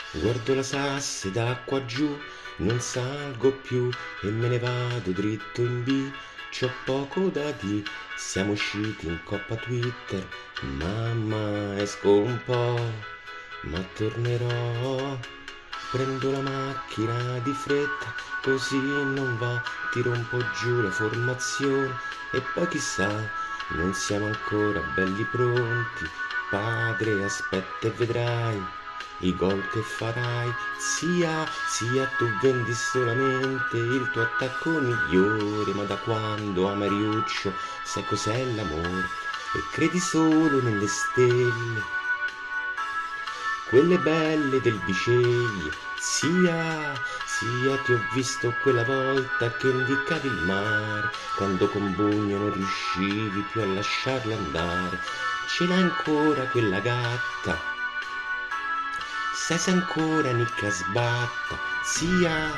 Guardo la sasse da qua giù, non salgo più e me ne vado dritto in B. C'ho poco da di, siamo usciti in coppa Twitter, mamma esco un po', ma tornerò. Prendo la macchina di fretta, così non va, tiro un po' giù la formazione e poi chissà, non siamo ancora belli pronti. Padre, aspetta e vedrai i gol che farai. Sia tu vendi solamente il tuo attacco migliore, ma da quando a Mariuccio sai cos'è l'amore e credi solo nelle stelle, quelle belle del Biceglie. Sia ti ho visto quella volta che indicavi il mare, quando con Bugno non riuscivi più a lasciarlo andare. Ce l'hai ancora quella gatta, sai se ancora nicchia sbatta. Sia,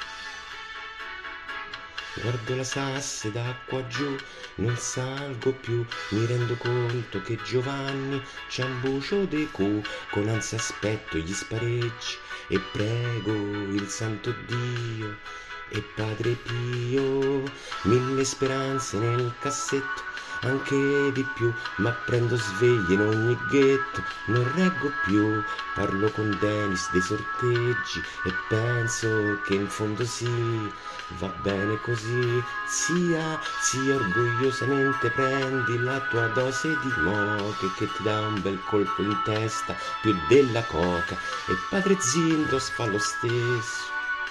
guardo la sasse d'acqua giù, non salgo più, mi rendo conto che Giovanni c'ha un bucio de cu, con ansia aspetto gli spareggi e prego il santo Dio e Padre Pio, mille speranze nel cassetto, anche di più, ma prendo sveglie in ogni ghetto, non reggo più, parlo con Dennis dei sorteggi e penso che in fondo sì, va bene così. Sia orgogliosamente prendi la tua dose di moche che ti dà un bel colpo in testa, più della coca, e padre Zindos fa lo stesso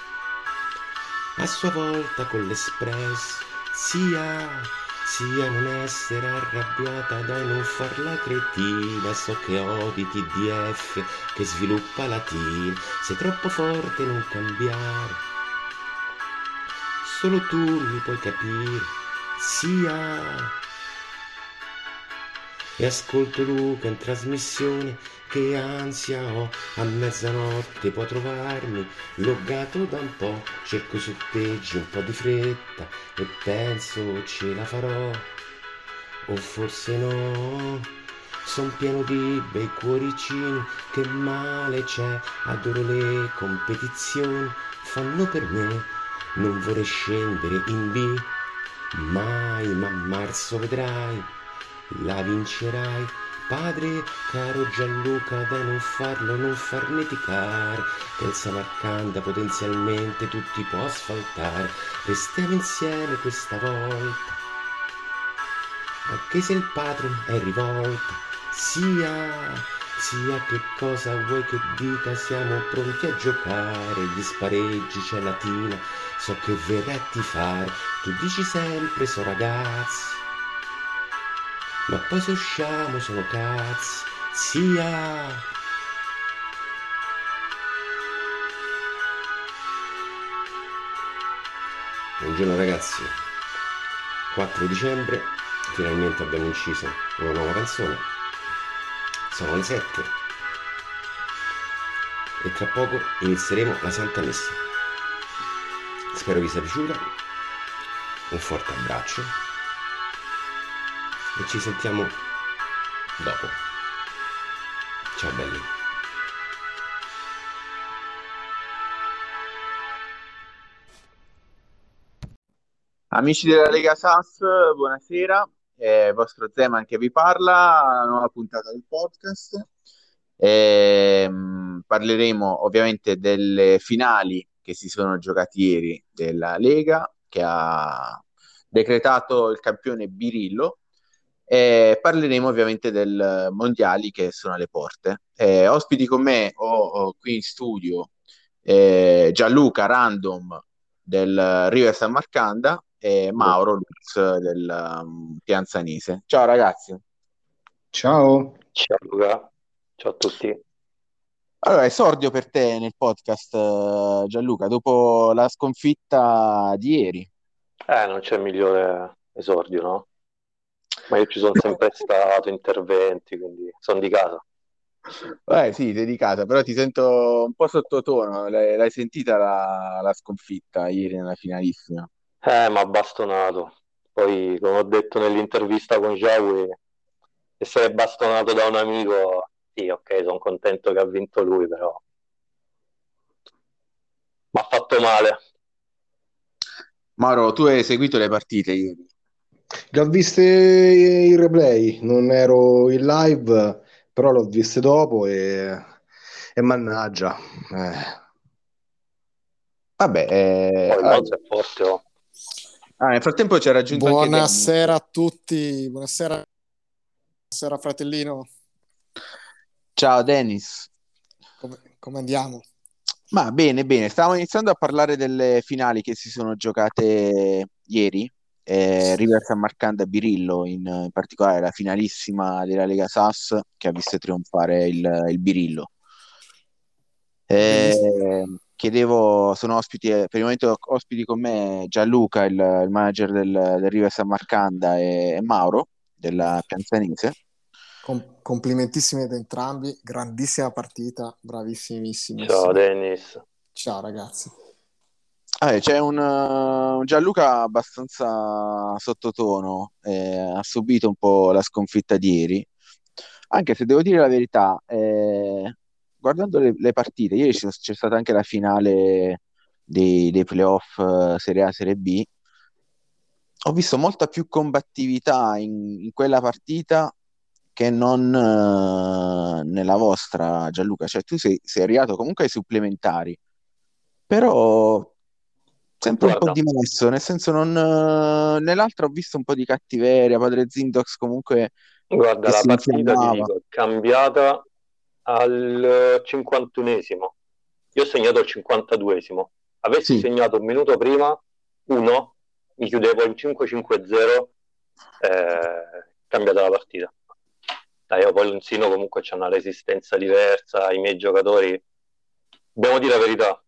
a sua volta con l'Espresso. Sia non essere arrabbiata, dai non farla cretina, so che odi TDF che sviluppa latina, sei troppo forte non cambiare, solo tu mi puoi capire. Sia, e ascolto Luca in trasmissione, che ansia ho, a mezzanotte può trovarmi loggato da un po', cerco su paggi un po' di fretta e penso ce la farò, o forse no. Son pieno di bei cuoricini, che male c'è, adoro le competizioni, fanno per me, non vorrei scendere in B mai, ma a marzo vedrai, la vincerai. Padre caro Gianluca, dai non farlo, non farneticare, che il Samarcanda potenzialmente tutti può asfaltare. Restiamo insieme questa volta, anche se il patron è rivolta. Sia che cosa vuoi che dica, siamo pronti a giocare, gli spareggi c'è latina, so che verrà a tifare, tu dici sempre so ragazzi, ma poi se usciamo sono cazzi. Sia, buongiorno ragazzi, 4 dicembre, finalmente abbiamo inciso una nuova canzone, sono le 7 e tra poco inizieremo la Santa Messa. Spero vi sia piaciuta, un forte abbraccio e ci sentiamo dopo. Ciao belli. Amici della Lega SAS, buonasera. Vostro Zeman che vi parla, una nuova puntata del podcast. Parleremo ovviamente delle finali che si sono giocate ieri della Lega, che ha decretato il campione Birillo. E parleremo ovviamente del mondiali che sono alle porte. Ospiti con me ho qui in studio Gianluca Random del River San Marcanda e Mauro Luz del Pianzanese. Ciao ragazzi. Ciao. Ciao Luca, ciao a tutti. Allora, esordio per te nel podcast, Gianluca, dopo la sconfitta di ieri. Non c'è migliore esordio, no? Ma io ci sono sempre stato, interventi, quindi sono di casa. Sì, dedicata, però ti sento un po' sottotono. L'hai sentita la sconfitta ieri nella finalissima? Ma ha bastonato. Poi, come ho detto nell'intervista con Jawi, essere bastonato da un amico, sì, ok, sono contento che ha vinto lui, però Mi ha fatto male. Mauro, tu hai seguito le partite ieri? Le ho viste in replay, non ero in live, però l'ho viste dopo e mannaggia. Vabbè, Poi il Monza è forte, oh. nel frattempo ci ha raggiunto anche Dennis. Buonasera a tutti, buonasera fratellino, Ciao Dennis. come andiamo? Ma bene, bene. Stavamo iniziando a parlare delle finali che si sono giocate ieri. River San Marcanda Birillo, in particolare la finalissima della Lega SAS che ha visto trionfare il Birillo. Sono ospiti, per il momento ospiti con me Gianluca, il manager del River San Marcanda, e Mauro della Pianzanese. Complimentissimi ad entrambi, grandissima partita, bravissimissimi. Ciao Dennis. Ciao ragazzi. C'è un Gianluca abbastanza sottotono, ha subito un po' la sconfitta di ieri, anche se devo dire la verità, guardando le partite, ieri c'è stata anche la finale dei playoff, Serie A, Serie B. Ho visto molta più combattività in quella partita che non nella vostra, Gianluca. Cioè, tu sei arrivato comunque ai supplementari, però sempre un po' Guarda, dimesso, nel senso nell'altra ho visto un po' di cattiveria, Padre Zindox comunque guarda, che la si partita ti infiammava. dico, è cambiata al 51esimo. Io ho segnato al 52esimo. Avessi Sì. segnato un minuto prima, mi chiudevo in 5-5-0, cambiata la partita. Dai, poi Lonsino comunque c'ha una resistenza diversa, i miei giocatori, dobbiamo dire la verità,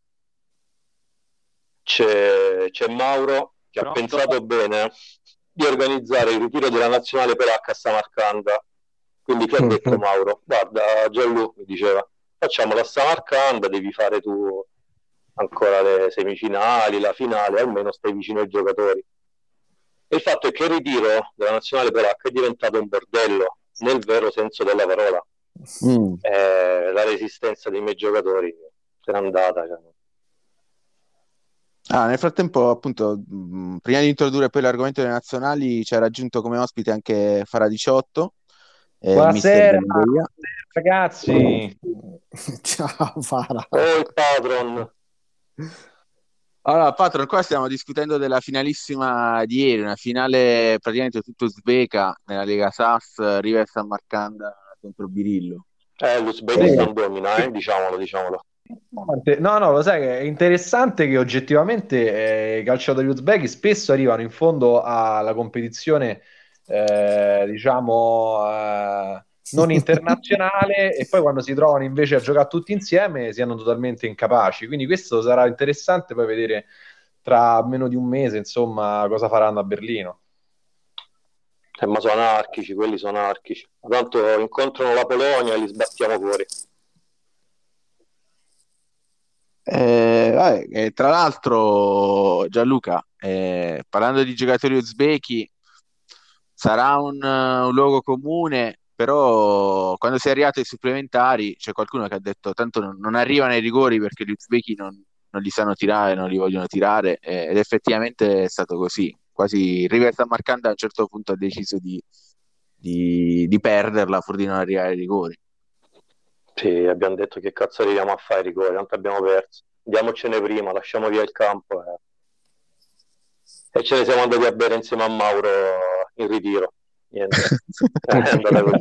c'è Mauro che ha pensato bene di organizzare il ritiro della nazionale per H a Samarcanda. Quindi che ha detto Mauro? Guarda, Gianlu mi diceva, facciamo la Samarcanda, devi fare tu ancora le semifinali, la finale, almeno stai vicino ai giocatori. E il fatto è che il ritiro della nazionale per H è diventato un bordello, nel vero senso della parola. La resistenza dei miei giocatori se n'è andata. Nel frattempo, appunto, prima di introdurre poi l'argomento delle nazionali, ci ha raggiunto come ospite anche Fara 18, il mister Buonasera dell'Ungheria. ragazzi. Ciao Fara. Oh, il patron. Allora, Patron, qua stiamo discutendo della finalissima di ieri, una finale praticamente tutto uzbeka nella Lega SAS, River San Marcanda contro Birillo. L'Uzbekistan domina, diciamolo. No, lo sai che è interessante che oggettivamente i calciatori uzbeki spesso arrivano in fondo alla competizione, non internazionale, e poi quando si trovano invece a giocare tutti insieme siano totalmente incapaci. Quindi questo sarà interessante poi vedere tra meno di un mese, insomma, cosa faranno a Berlino. Ma sono anarchici, quelli sono anarchici. Tanto incontrano la Polonia e li sbattiamo fuori. Tra l'altro, Gianluca, parlando di giocatori uzbeki, sarà un luogo comune, però quando si è arrivato ai supplementari c'è qualcuno che ha detto tanto non arrivano ai rigori perché gli uzbeki non li sanno tirare, non li vogliono tirare, ed effettivamente è stato così. Quasi River San Marcanda a un certo punto ha deciso di perderla pur di non arrivare ai rigori. Sì, abbiamo detto che cazzo arriviamo a fare i rigori, tanto abbiamo perso. Andiamocene prima, lasciamo via il campo e ce ne siamo andati a bere insieme a Mauro in ritiro. Niente. È andata così.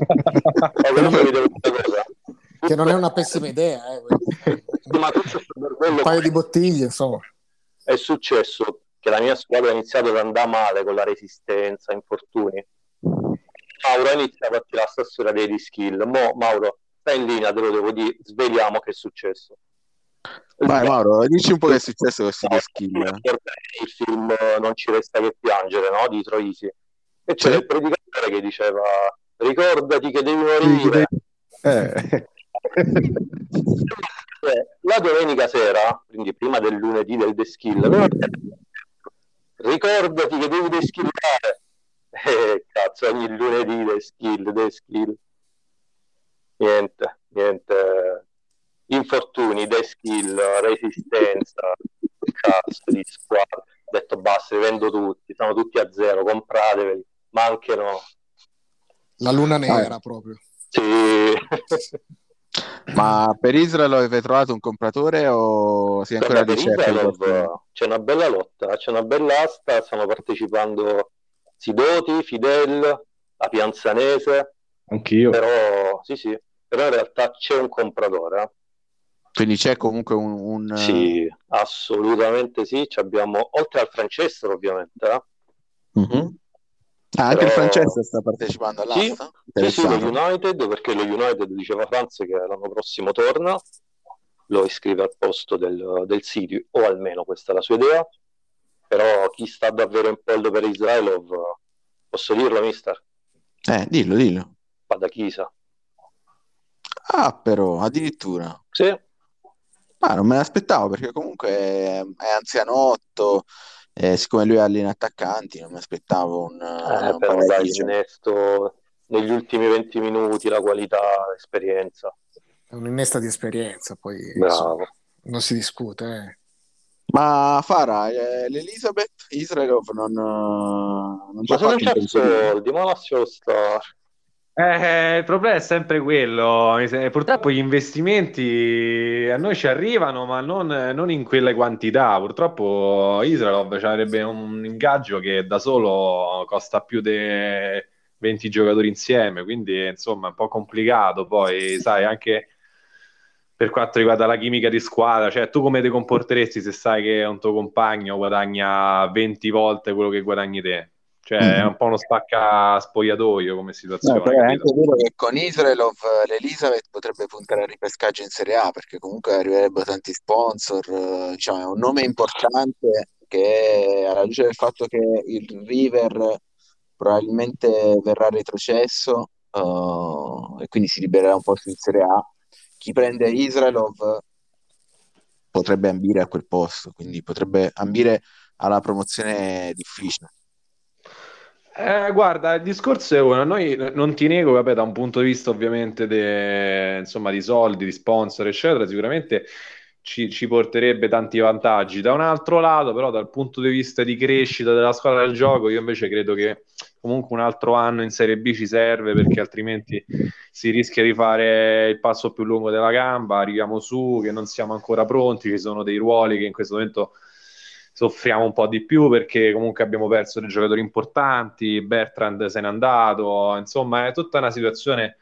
Che non è una pessima idea, Ma tutto un paio di bottiglie, insomma. È successo che la mia squadra ha iniziato ad andare male con la resistenza, infortuni. Mauro ha iniziato a tirare sta storia dei skill. Mauro, stai in linea, te lo devo dire, sveliamo che è successo. Vai Mauro, dici un po' che è successo con questi skill. Il film Non ci resta che piangere, no? Di Troisi. E c'era il predicatore che diceva ricordati che devi morire. La domenica sera, quindi prima del lunedì del deskill, ricordati che devi deskillare. Cazzo, ogni lunedì deskill. Niente. Infortuni, deskill, resistenza. cazzo di squadra. Ho detto basta, li vendo tutti, sono tutti a zero, comprateveli, mancano. La luna nera proprio. Sì. Ma per Israel avete trovato un compratore o si è ancora Per di ricerca di qualcuno? Israelov c'è una bella lotta, c'è una bella asta, stanno partecipando Sidoti, Fidel, la Pianzanese, Anch'io. però sì, però in realtà c'è un compratore. Quindi c'è comunque un... Sì, assolutamente sì, ci abbiamo, oltre al Francesco ovviamente, Mhm. Ah, anche il però francese sta partecipando sì, all'asta? sì, lo Interessato. United, perché lo United diceva Franz che l'anno prossimo torna, lo iscrive al posto del City, o almeno questa è la sua idea, però chi sta davvero in pollo per Israelov, posso dirlo, mister? Dillo. Padachisa. Ah, però, addirittura. Sì, Ma non me l'aspettavo perché comunque è anzianotto, siccome lui allena attaccanti, non mi aspettavo un però dai, Pagaglicio. l'innesto negli ultimi 20 minuti, la qualità, l'esperienza. È un'innesta di esperienza, poi insomma, Bravo. non si discute. Ma Fara, l'Elizabeth Israelov non ci Ma ha se non fatto un c'è po' di solino? soldi, ma lascialo stare. Il problema è sempre quello. Purtroppo gli investimenti a noi ci arrivano, ma non in quelle quantità. Purtroppo Israelov avrebbe un ingaggio che da solo costa più di 20 giocatori insieme, quindi insomma è un po' complicato. Poi, sai, anche per quanto riguarda la chimica di squadra, cioè tu come ti comporteresti se sai che un tuo compagno guadagna 20 volte quello che guadagni te? Cioè, è Mhm. un po' uno spacca spogliatoio come No, situazione, però è anche capito? vero che con Israelov l'Elizabeth potrebbe puntare al ripescaggio in Serie A perché comunque arriverebbero tanti sponsor, diciamo, è un nome importante che alla luce del fatto che il River probabilmente verrà retrocesso e quindi si libererà un posto in Serie A, chi prende Israelov potrebbe ambire a quel posto, quindi potrebbe ambire alla promozione difficile. Guarda, il discorso è uno, noi non ti nego, vabbè, da un punto di vista ovviamente insomma, di soldi, di sponsor, eccetera, sicuramente ci porterebbe tanti vantaggi. Da un altro lato, però, dal punto di vista di crescita della squadra del gioco, io invece credo che comunque un altro anno in Serie B ci serve perché altrimenti si rischia di fare il passo più lungo della gamba, arriviamo su, che non siamo ancora pronti, ci sono dei ruoli che in questo momento soffriamo un po' di più perché comunque abbiamo perso dei giocatori importanti, Bertrand se n'è andato, insomma è tutta una situazione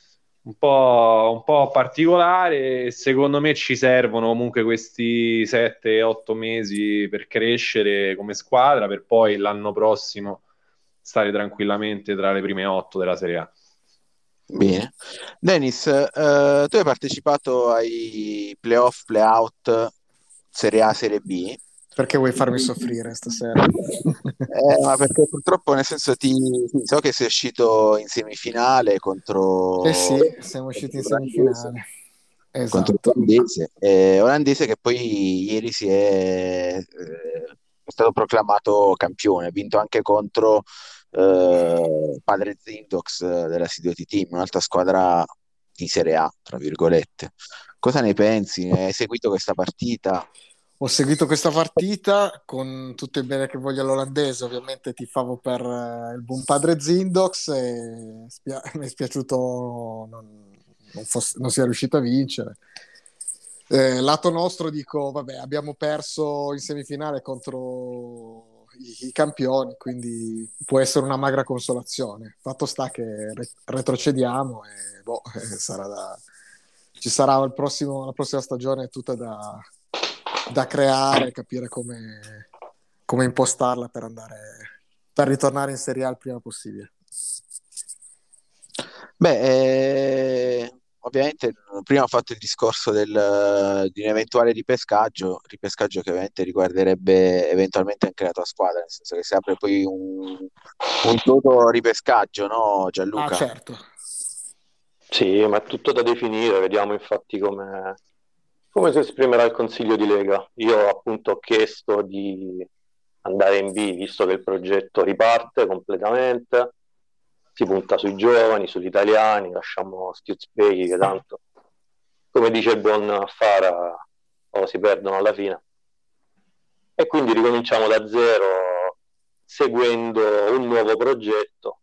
un po' particolare e secondo me ci servono comunque questi 7-8 mesi per crescere come squadra per poi l'anno prossimo stare tranquillamente tra le prime 8 della Serie A. Bene. Dennis, tu hai partecipato ai playoff, playout Serie A, Serie B? Perché vuoi farmi soffrire stasera? Ma perché purtroppo, nel senso, sì, so che sei uscito in semifinale Eh sì, contro siamo usciti in l'olandese, contro semifinale. Esatto. Olandese che poi ieri è stato proclamato campione, ha vinto anche contro Padre Zindox della Sidoti Team, un'altra squadra di Serie A, tra virgolette. Cosa ne pensi? Hai seguito questa partita? Ho seguito questa partita con tutto il bene che voglio all'olandese, ovviamente tifavo per il buon padre Zindox e mi è spiaciuto non sia riuscito a vincere. Lato nostro dico, vabbè, abbiamo perso in semifinale contro i campioni, quindi può essere una magra consolazione. Fatto sta che retrocediamo e ci sarà la prossima stagione tutta da creare, capire come impostarla per ritornare in Serie A il prima possibile. Beh, ovviamente prima ho fatto il discorso di un eventuale ripescaggio che ovviamente riguarderebbe eventualmente anche la tua squadra, nel senso che si apre poi un toto ripescaggio, no, Ah, Gianluca? certo. Sì, ma è tutto da definire, vediamo infatti come si esprimerà il Consiglio di Lega. Io appunto ho chiesto di andare in B, visto che il progetto riparte completamente, si punta sui giovani, sugli italiani, lasciamo sti uzbeki che tanto, come dice il buon Fara, o si perdono alla fine. e quindi ricominciamo da zero seguendo un nuovo progetto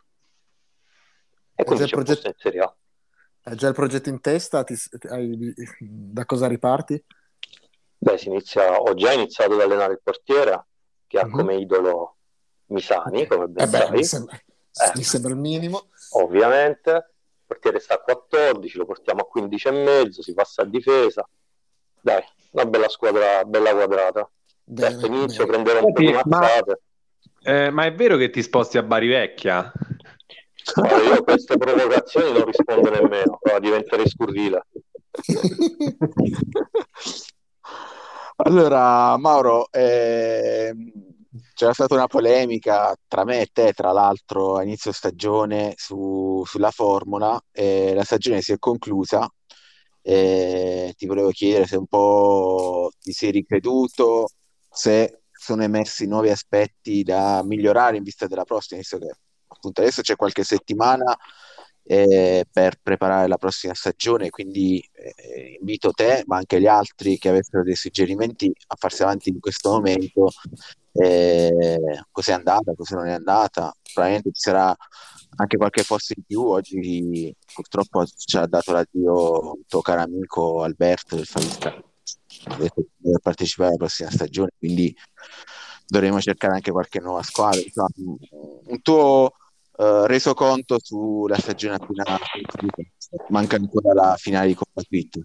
e Hai già quindi il c'è posto in Serie A. hai già il progetto in testa? Da cosa riparti? Beh, ho già iniziato ad allenare il portiere che ha Mhm. come idolo Misani, Ok. come ben Beh, sai. mi sembra il minimo. Ovviamente, il portiere sta a 14, lo portiamo a 15 e mezzo, si passa a difesa. Dai, una bella squadra, bella quadrata. Certo, Bene, inizio a bene. prendere un po' di Senti, mazzate. ma è vero che ti sposti a Bari Vecchia? Guarda, io a queste provocazioni non rispondo nemmeno, diventerei scurrile. Allora, Mauro, c'era stata una polemica tra me e te, tra l'altro, a inizio stagione sulla formula. La stagione si è conclusa e ti volevo chiedere se un po' ti sei ricreduto, se sono emersi nuovi aspetti da migliorare in vista della prossima, visto che appunto adesso c'è qualche settimana per preparare la prossima stagione, quindi invito te, ma anche gli altri che avessero dei suggerimenti a farsi avanti in questo momento. Cos'è andata, cosa non è andata. Probabilmente ci sarà anche qualche posto in più. Oggi purtroppo ci ha dato l'addio un tuo caro amico Alberto del Favista, ha detto di dover partecipare alla prossima stagione, quindi dovremo cercare anche qualche nuova squadra. Insomma, un tuo resoconto sulla stagione appena conclusa. Manca ancora la finale di Coppa Twitter.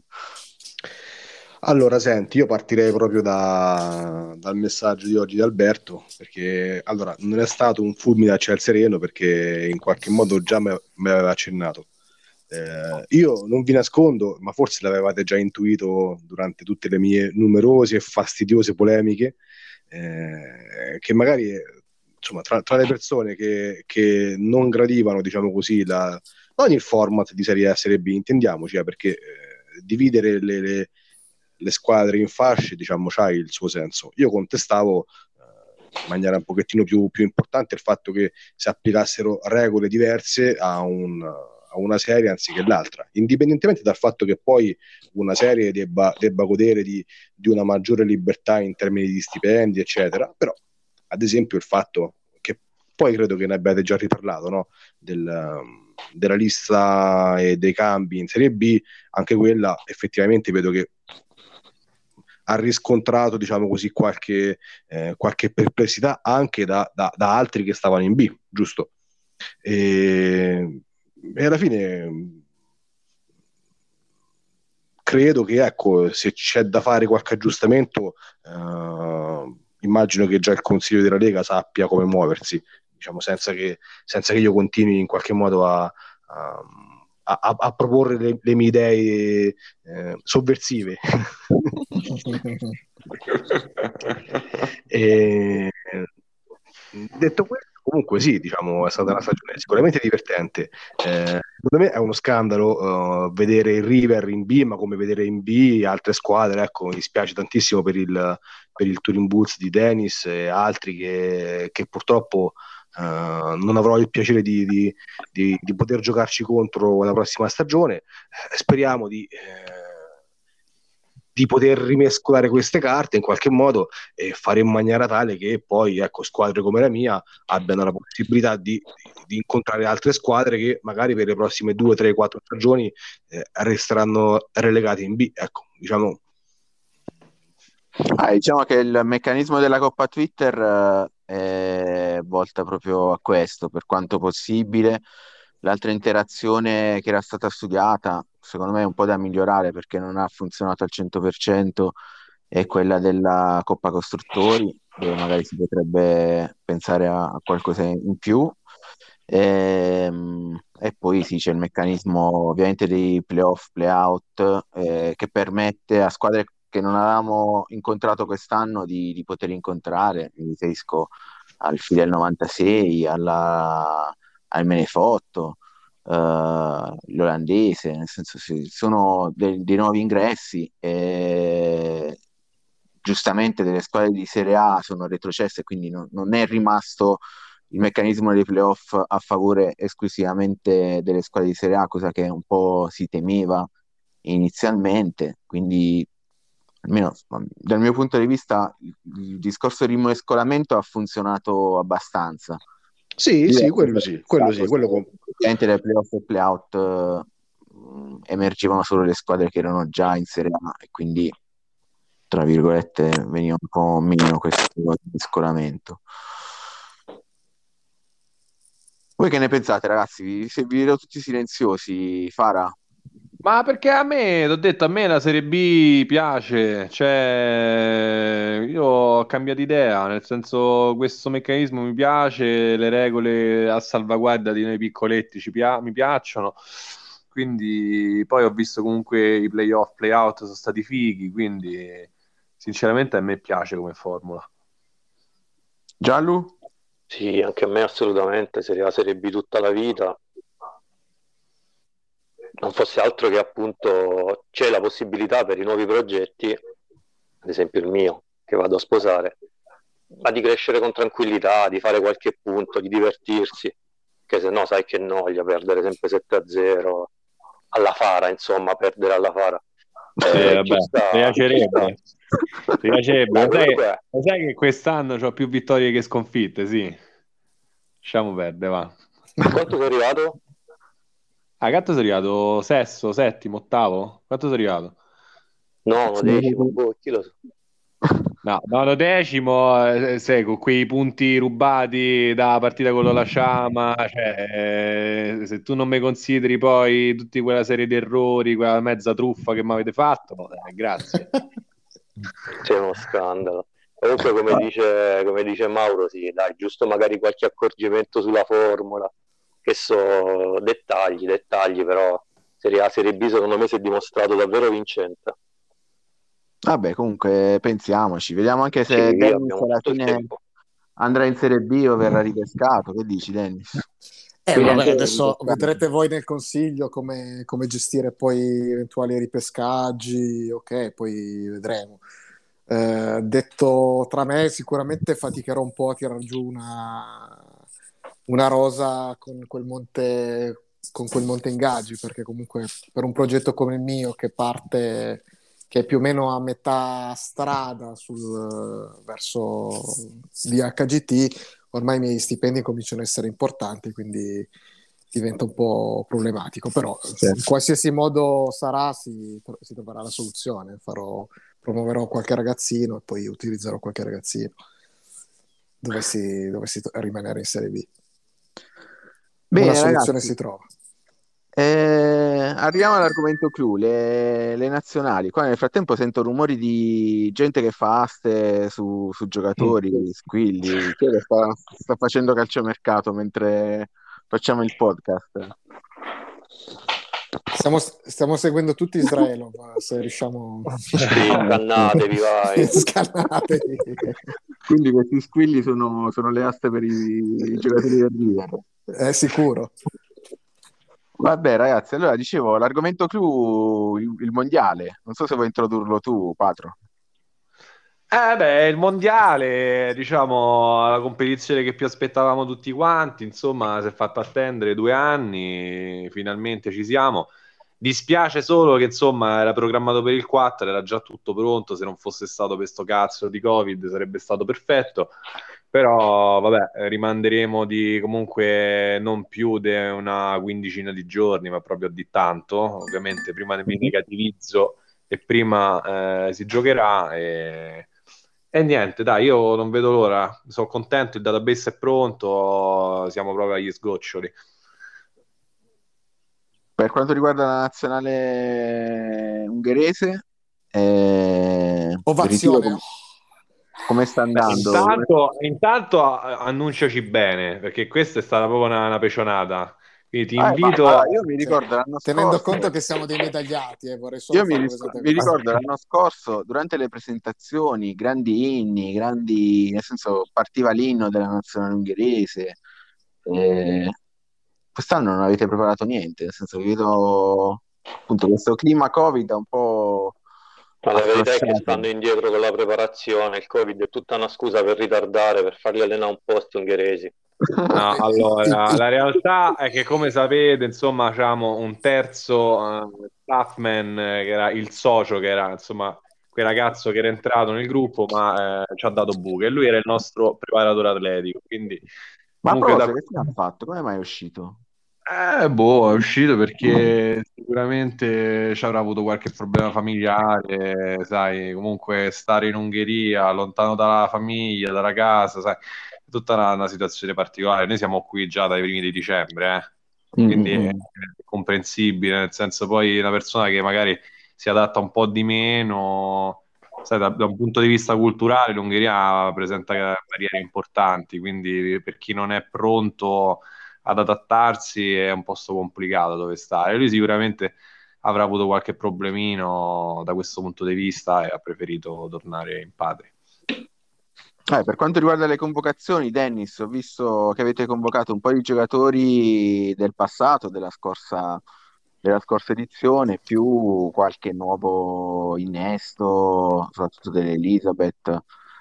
Allora, senti, io partirei proprio dal messaggio di oggi di Alberto, perché allora non è stato un fulmine a ciel sereno, perché in qualche modo già me l'aveva accennato. Io non vi nascondo, ma forse l'avevate già intuito durante tutte le mie numerose e fastidiose polemiche, che magari insomma, tra le persone che non gradivano, diciamo così, non il format di Serie A e Serie B, intendiamoci, perché dividere le squadre in fasce, diciamo, c'ha il suo senso. Io contestavo in maniera un pochettino più importante il fatto che si applicassero regole diverse a una serie anziché l'altra, indipendentemente dal fatto che poi una serie debba godere di una maggiore libertà in termini di stipendi, eccetera. Però, ad esempio, il fatto che poi credo che ne abbiate già riparlato, no? Della lista e dei cambi in Serie B, anche quella effettivamente vedo che ha riscontrato, diciamo così, qualche perplessità anche da altri che stavano in B, giusto? E alla fine credo che, ecco, se c'è da fare qualche aggiustamento, immagino che già il Consiglio della Lega sappia come muoversi, diciamo, senza che io continui in qualche modo a proporre le mie idee sovversive. E, detto questo, comunque sì, diciamo, è stata una stagione sicuramente divertente. Secondo me è uno scandalo vedere il River in B, ma come vedere in B altre squadre. Ecco, mi dispiace tantissimo per il Turin Bulls di Dennis e altri che purtroppo non avrò il piacere di poter giocarci contro la prossima stagione. Speriamo di poter rimescolare queste carte in qualche modo e fare in maniera tale che poi, ecco, squadre come la mia abbiano la possibilità di incontrare altre squadre che magari per le prossime 2, 3, 4 stagioni resteranno relegate in B. Ecco, diciamo. Diciamo che il meccanismo della Coppa Twitter è volta proprio a questo, per quanto possibile. L'altra interazione che era stata studiata, secondo me è un po' da migliorare perché non ha funzionato al 100%, è quella della Coppa Costruttori, dove magari si potrebbe pensare a qualcosa in più. E poi sì, c'è il meccanismo ovviamente dei playoff, playout, che permette a squadre che non avevamo incontrato quest'anno di poter incontrare. Mi riferisco al Fidel 96, al Menefotto, l'olandese, nel senso sono dei nuovi ingressi e giustamente delle squadre di Serie A sono retrocesse, quindi non è rimasto il meccanismo dei playoff a favore esclusivamente delle squadre di Serie A, cosa che un po' si temeva inizialmente, quindi almeno dal mio punto di vista, il discorso rimescolamento ha funzionato abbastanza. Sì, Diverso quello sarebbe sì, quello sì, stato quello se ovviamente dai playoff e playout emergevano solo le squadre che erano già in Serie A e quindi, tra virgolette, veniva un po' meno questo mescolamento. Voi che ne pensate, ragazzi? Vi vedo tutti silenziosi. Fara? Ma perché a me, t'ho detto, a me la Serie B piace, cioè io ho cambiato idea, nel senso questo meccanismo mi piace, le regole a salvaguardia di noi piccoletti mi piacciono, quindi poi ho visto comunque i playoff, playout sono stati fighi, quindi sinceramente a me piace come formula. Giallo? Sì, anche a me assolutamente, Serie A, Serie B tutta la vita. Non fosse altro che appunto c'è la possibilità per i nuovi progetti, ad esempio il mio, che vado a sposare, ma di crescere con tranquillità, di fare qualche punto, di divertirsi, che se no sai che noia perdere sempre 7-0 alla Fara, insomma, perdere alla Fara. Sì, Ci vabbè, mi sta, ci sta. piacerebbe. Mi piacerebbe. Comunque, Lo sai che quest'anno ho più vittorie che sconfitte, sì. Lasciamo perdere, va. a quanto sei arrivato? Ah, quanto sei arrivato? Sesto, settimo, ottavo? Quanto sei arrivato? Nono, decimo, boh, chi lo sa. No, nono decimo, sai, con quei punti rubati da partita con la Sciama, cioè, se tu non mi consideri poi tutta quella serie di errori, quella mezza truffa che mi avete fatto, grazie. C'è uno scandalo. Comunque, come dice Mauro, sì, dai, giusto magari qualche accorgimento sulla formula, che so, dettagli, però Serie A, Serie B secondo me si è dimostrato davvero vincente. Vabbè, comunque pensiamoci. Vediamo anche se Sì, Dennis abbiamo alla tutto il fine tempo. andrà in Serie B o verrà ripescato. Che dici, Dennis? Vabbè, Speriamo adesso ripescato. vedrete voi nel consiglio come gestire poi eventuali ripescaggi, ok, poi vedremo. Detto tra me, sicuramente faticherò un po' a tirar giù una rosa con quel monte ingaggi, perché comunque per un progetto come il mio che parte, che è più o meno a metà strada verso DHGT, ormai i miei stipendi cominciano a essere importanti, quindi diventa un po' problematico, però in qualsiasi modo sarà si troverà la soluzione. Promuoverò qualche ragazzino e poi utilizzerò qualche ragazzino. Dovessi rimanere in Serie B. Una Bene, soluzione ragazzi. si trova. Arriviamo all'argomento clou, le nazionali. Qua nel frattempo sento rumori di gente che fa aste su giocatori, squilli. Chi è che sta facendo calciomercato mentre facciamo il podcast? Stiamo seguendo tutti Israele, se riusciamo Sì, scannatevi, vai. scannatevi. Quindi questi squilli sono le aste per i giocatori del River. È sicuro. Vabbè, ragazzi, allora dicevo, l'argomento clou, il mondiale. Non so se vuoi introdurlo tu, Patro. Il mondiale, diciamo, la competizione che più aspettavamo tutti quanti, insomma, si è fatta attendere 2 anni, finalmente ci siamo. Dispiace solo che, insomma, era programmato per il 4, era già tutto pronto, se non fosse stato per sto cazzo di Covid sarebbe stato perfetto, però, vabbè, rimanderemo di comunque non più di una quindicina di giorni, ma proprio di tanto. Ovviamente prima mi negativizzo e prima si giocherà e niente, dai, io non vedo l'ora, sono contento, il database è pronto, siamo proprio agli sgoccioli. Per quanto riguarda la nazionale ungherese, il ritiro Ovazione. come sta andando? Intanto annunciaci bene, perché questa è stata proprio una pecionata. Quindi ti Ma invito allora, io mi ricordo l'anno Tenendo scorso, conto che siamo dei medagliati, vorrei solo io farlo presente a mi questo. ricordo l'anno scorso, durante le presentazioni, grandi inni, nel senso partiva l'inno della nazionale ungherese. eh, Quest'anno non avete preparato niente, nel senso che vedo appunto questo clima Covid un po' Ma la verità è che afflosciato. stanno indietro con la preparazione, il Covid è tutta una scusa per ritardare, per farli allenare un po' sti ungheresi. No, allora, la realtà è che come sapete, insomma, abbiamo un terzo staffman che era il socio, che era insomma quel ragazzo che era entrato nel gruppo, ma ci ha dato buche. E lui era il nostro preparatore atletico, quindi Ma a comunque da... proposito, che fine ha fatto? Come mai è uscito? Boh, è uscito perché sicuramente ci avrà avuto qualche problema familiare, sai, comunque stare in Ungheria, lontano dalla famiglia, dalla casa, sai, è tutta una situazione particolare. Noi siamo qui già dai primi di dicembre, quindi è Mm-mm. comprensibile, nel senso poi una persona che magari si adatta un po' di meno, sai, da un punto di vista culturale l'Ungheria presenta barriere importanti, quindi per chi non è pronto ad adattarsi è un posto complicato dove stare. Lui sicuramente avrà avuto qualche problemino da questo punto di vista e ha preferito tornare in patria. Per quanto riguarda le convocazioni, Dennis, ho visto che avete convocato un po' di giocatori del passato, della scorsa edizione, più qualche nuovo innesto, soprattutto dell'Elizabeth.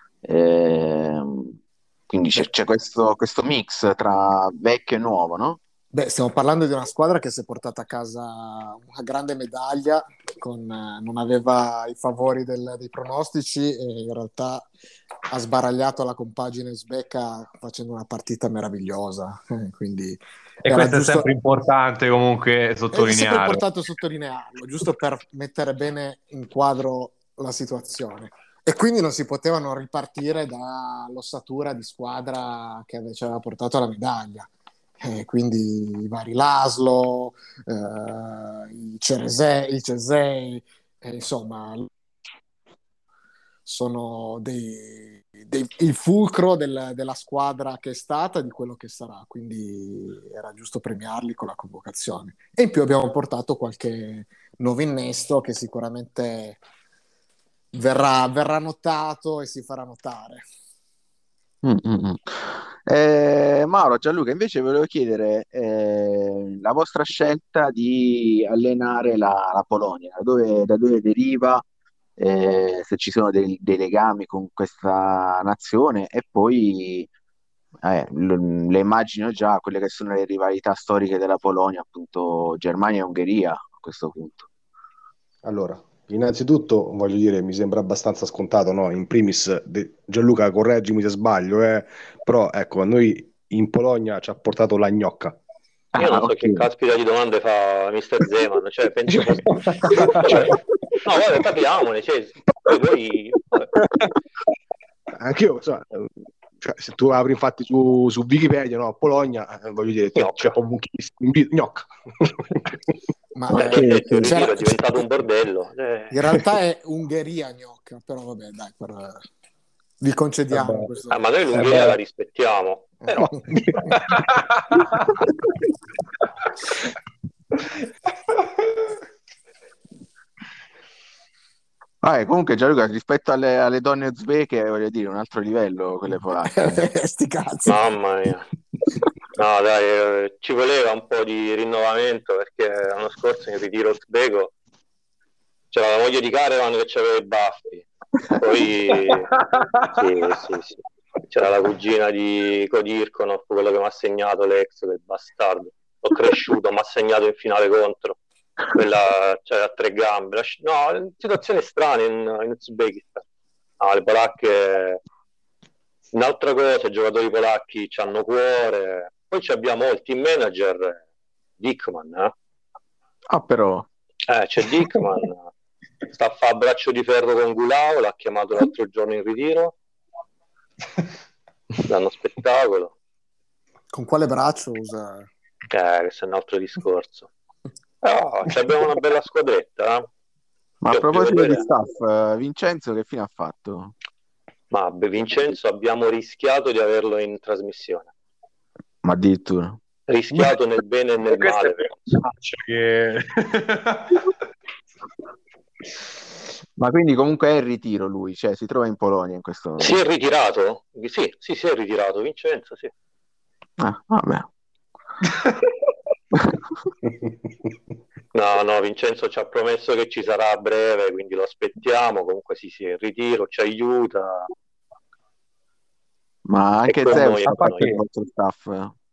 Quindi Beh, c'è questo mix tra vecchio e nuovo, no? beh, stiamo parlando di una squadra che si è portata a casa una grande medaglia, non aveva i favori dei pronostici e in realtà ha sbaragliato la compagine uzbeka facendo una partita meravigliosa. Quindi E era questo è sempre giusto, importante comunque è sempre sottolineare. importante sottolinearlo, giusto per mettere bene in quadro la situazione. E quindi non si potevano ripartire dall'ossatura di squadra che ci aveva portato alla medaglia. Quindi i vari Laszlo, i Cesei, insomma, sono il fulcro della squadra che è stata e di quello che sarà, quindi era giusto premiarli con la convocazione. E in più abbiamo portato qualche nuovo innesto che sicuramente verrà notato e si farà notare. Mm, mm, mm. Mauro, Gianluca, invece volevo chiedere la vostra scelta di allenare la Polonia, da dove deriva, se ci sono dei legami con questa nazione e poi le immagino già quelle che sono le rivalità storiche della Polonia, appunto Germania e Ungheria a questo punto. Allora, innanzitutto voglio dire, mi sembra abbastanza scontato, no? In primis, Gianluca, correggimi se sbaglio, però ecco, a noi in Polonia ci ha portato la gnocca. Io Ah, non so ok. che caspita di domande fa Mr. Zeman, cioè penso fosse... cioè, no, vabbè, parliamone, cioè, poi... vabbè. Anch'io, so, cioè, se tu apri infatti su Wikipedia, no? Polonia, voglio dire, c'è Gnocca. proprio un gnocca. Ma Ok, Detto, il ritiro c'era, è diventato un bordello. in realtà è Ungheria gnocca, però vabbè, dai, vi concediamo Vabbè. questo. Ma noi l'Ungheria la Beh. rispettiamo, però... Comunque Gianluca, rispetto alle donne uzbeke, voglio dire, un altro livello quelle polacche. Sti cazzi. Mamma mia. No, dai, ci voleva un po' di rinnovamento perché l'anno scorso in ritiro uzbeko c'era la moglie di Caravan che aveva i baffi. Poi sì, sì, sì. C'era la cugina di Kodirkonov, quello che mi ha segnato l'ex, quel bastardo. L'ho cresciuto, mi ha segnato in finale contro. Quella c'era a tre gambe. No, situazioni strane in Uzbekistan. No, le polacche, un'altra cosa, i giocatori polacchi hanno cuore. Poi abbiamo il team manager Dickman, Ah, però. C'è Dickman, sta a fare a braccio di ferro con Gulau, l'ha chiamato l'altro giorno in ritiro, danno spettacolo. Con quale braccio usa? Questo è un altro discorso. Però abbiamo una bella squadretta. Ma a Io più proposito di vedere, staff, Vincenzo che fine ha fatto? ma Vincenzo abbiamo rischiato di averlo in trasmissione. Ma addirittura. Rischiato nel bene e nel Questo è male, per penso. che... Ma quindi comunque è in ritiro lui, cioè si trova in Polonia in questo Si è momento. ritirato? Sì, sì, si è ritirato, Vincenzo, sì. Vabbè. No, no, Vincenzo ci ha promesso che ci sarà a breve, quindi lo aspettiamo. Comunque sì, sì, è in ritiro, ci aiuta. Ma È anche con Zeus noi, è fa con parte noi. del vostro staff.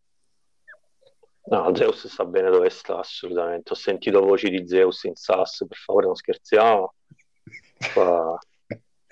No, Zeus sta bene dove sta, assolutamente. Ho sentito voci di Zeus in SAS, per favore non scherziamo. Qua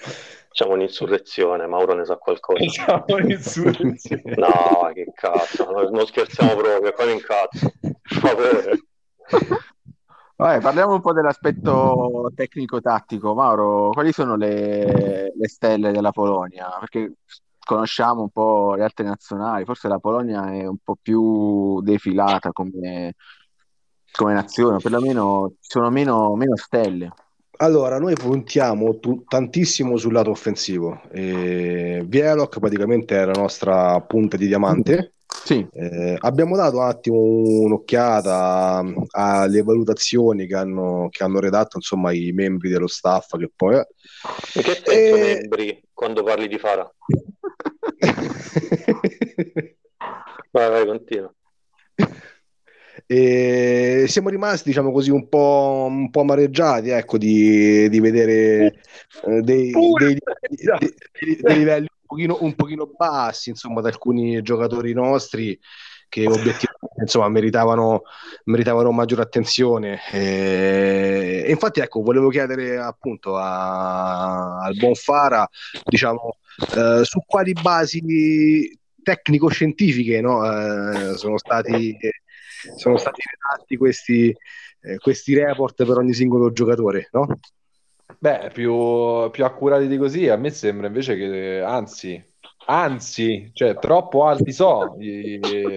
Facciamo un'insurrezione, Mauro ne sa qualcosa. Facciamo un'insurrezione. No, che cazzo, non scherziamo proprio, qua mi incazzo, per favore. Vabbè, parliamo un po' dell'aspetto tecnico-tattico. Mauro, quali sono le stelle della Polonia? Perché conosciamo un po' le altre nazionali, forse la Polonia è un po' più defilata come nazione, perlomeno ci sono meno stelle. Allora, noi puntiamo tantissimo sul lato offensivo. Vielok praticamente è la nostra punta di diamante. Sì, Abbiamo dato un attimo un'occhiata alle valutazioni che hanno redatto, insomma, i membri dello staff che poi... In che senso membri quando parli di Fara? Vai, continua. E siamo rimasti, diciamo così, un po' amareggiati, ecco, di vedere dei livelli un pochino bassi, insomma, da alcuni giocatori nostri che obiettivamente, insomma, meritavano maggiore attenzione. E infatti, ecco, volevo chiedere appunto al buon Fara, diciamo, su quali basi tecnico-scientifiche, no, sono stati redatti questi report per ogni singolo giocatore, no? Beh, più accurati di così, a me sembra invece che, anzi, cioè, troppo alti sono i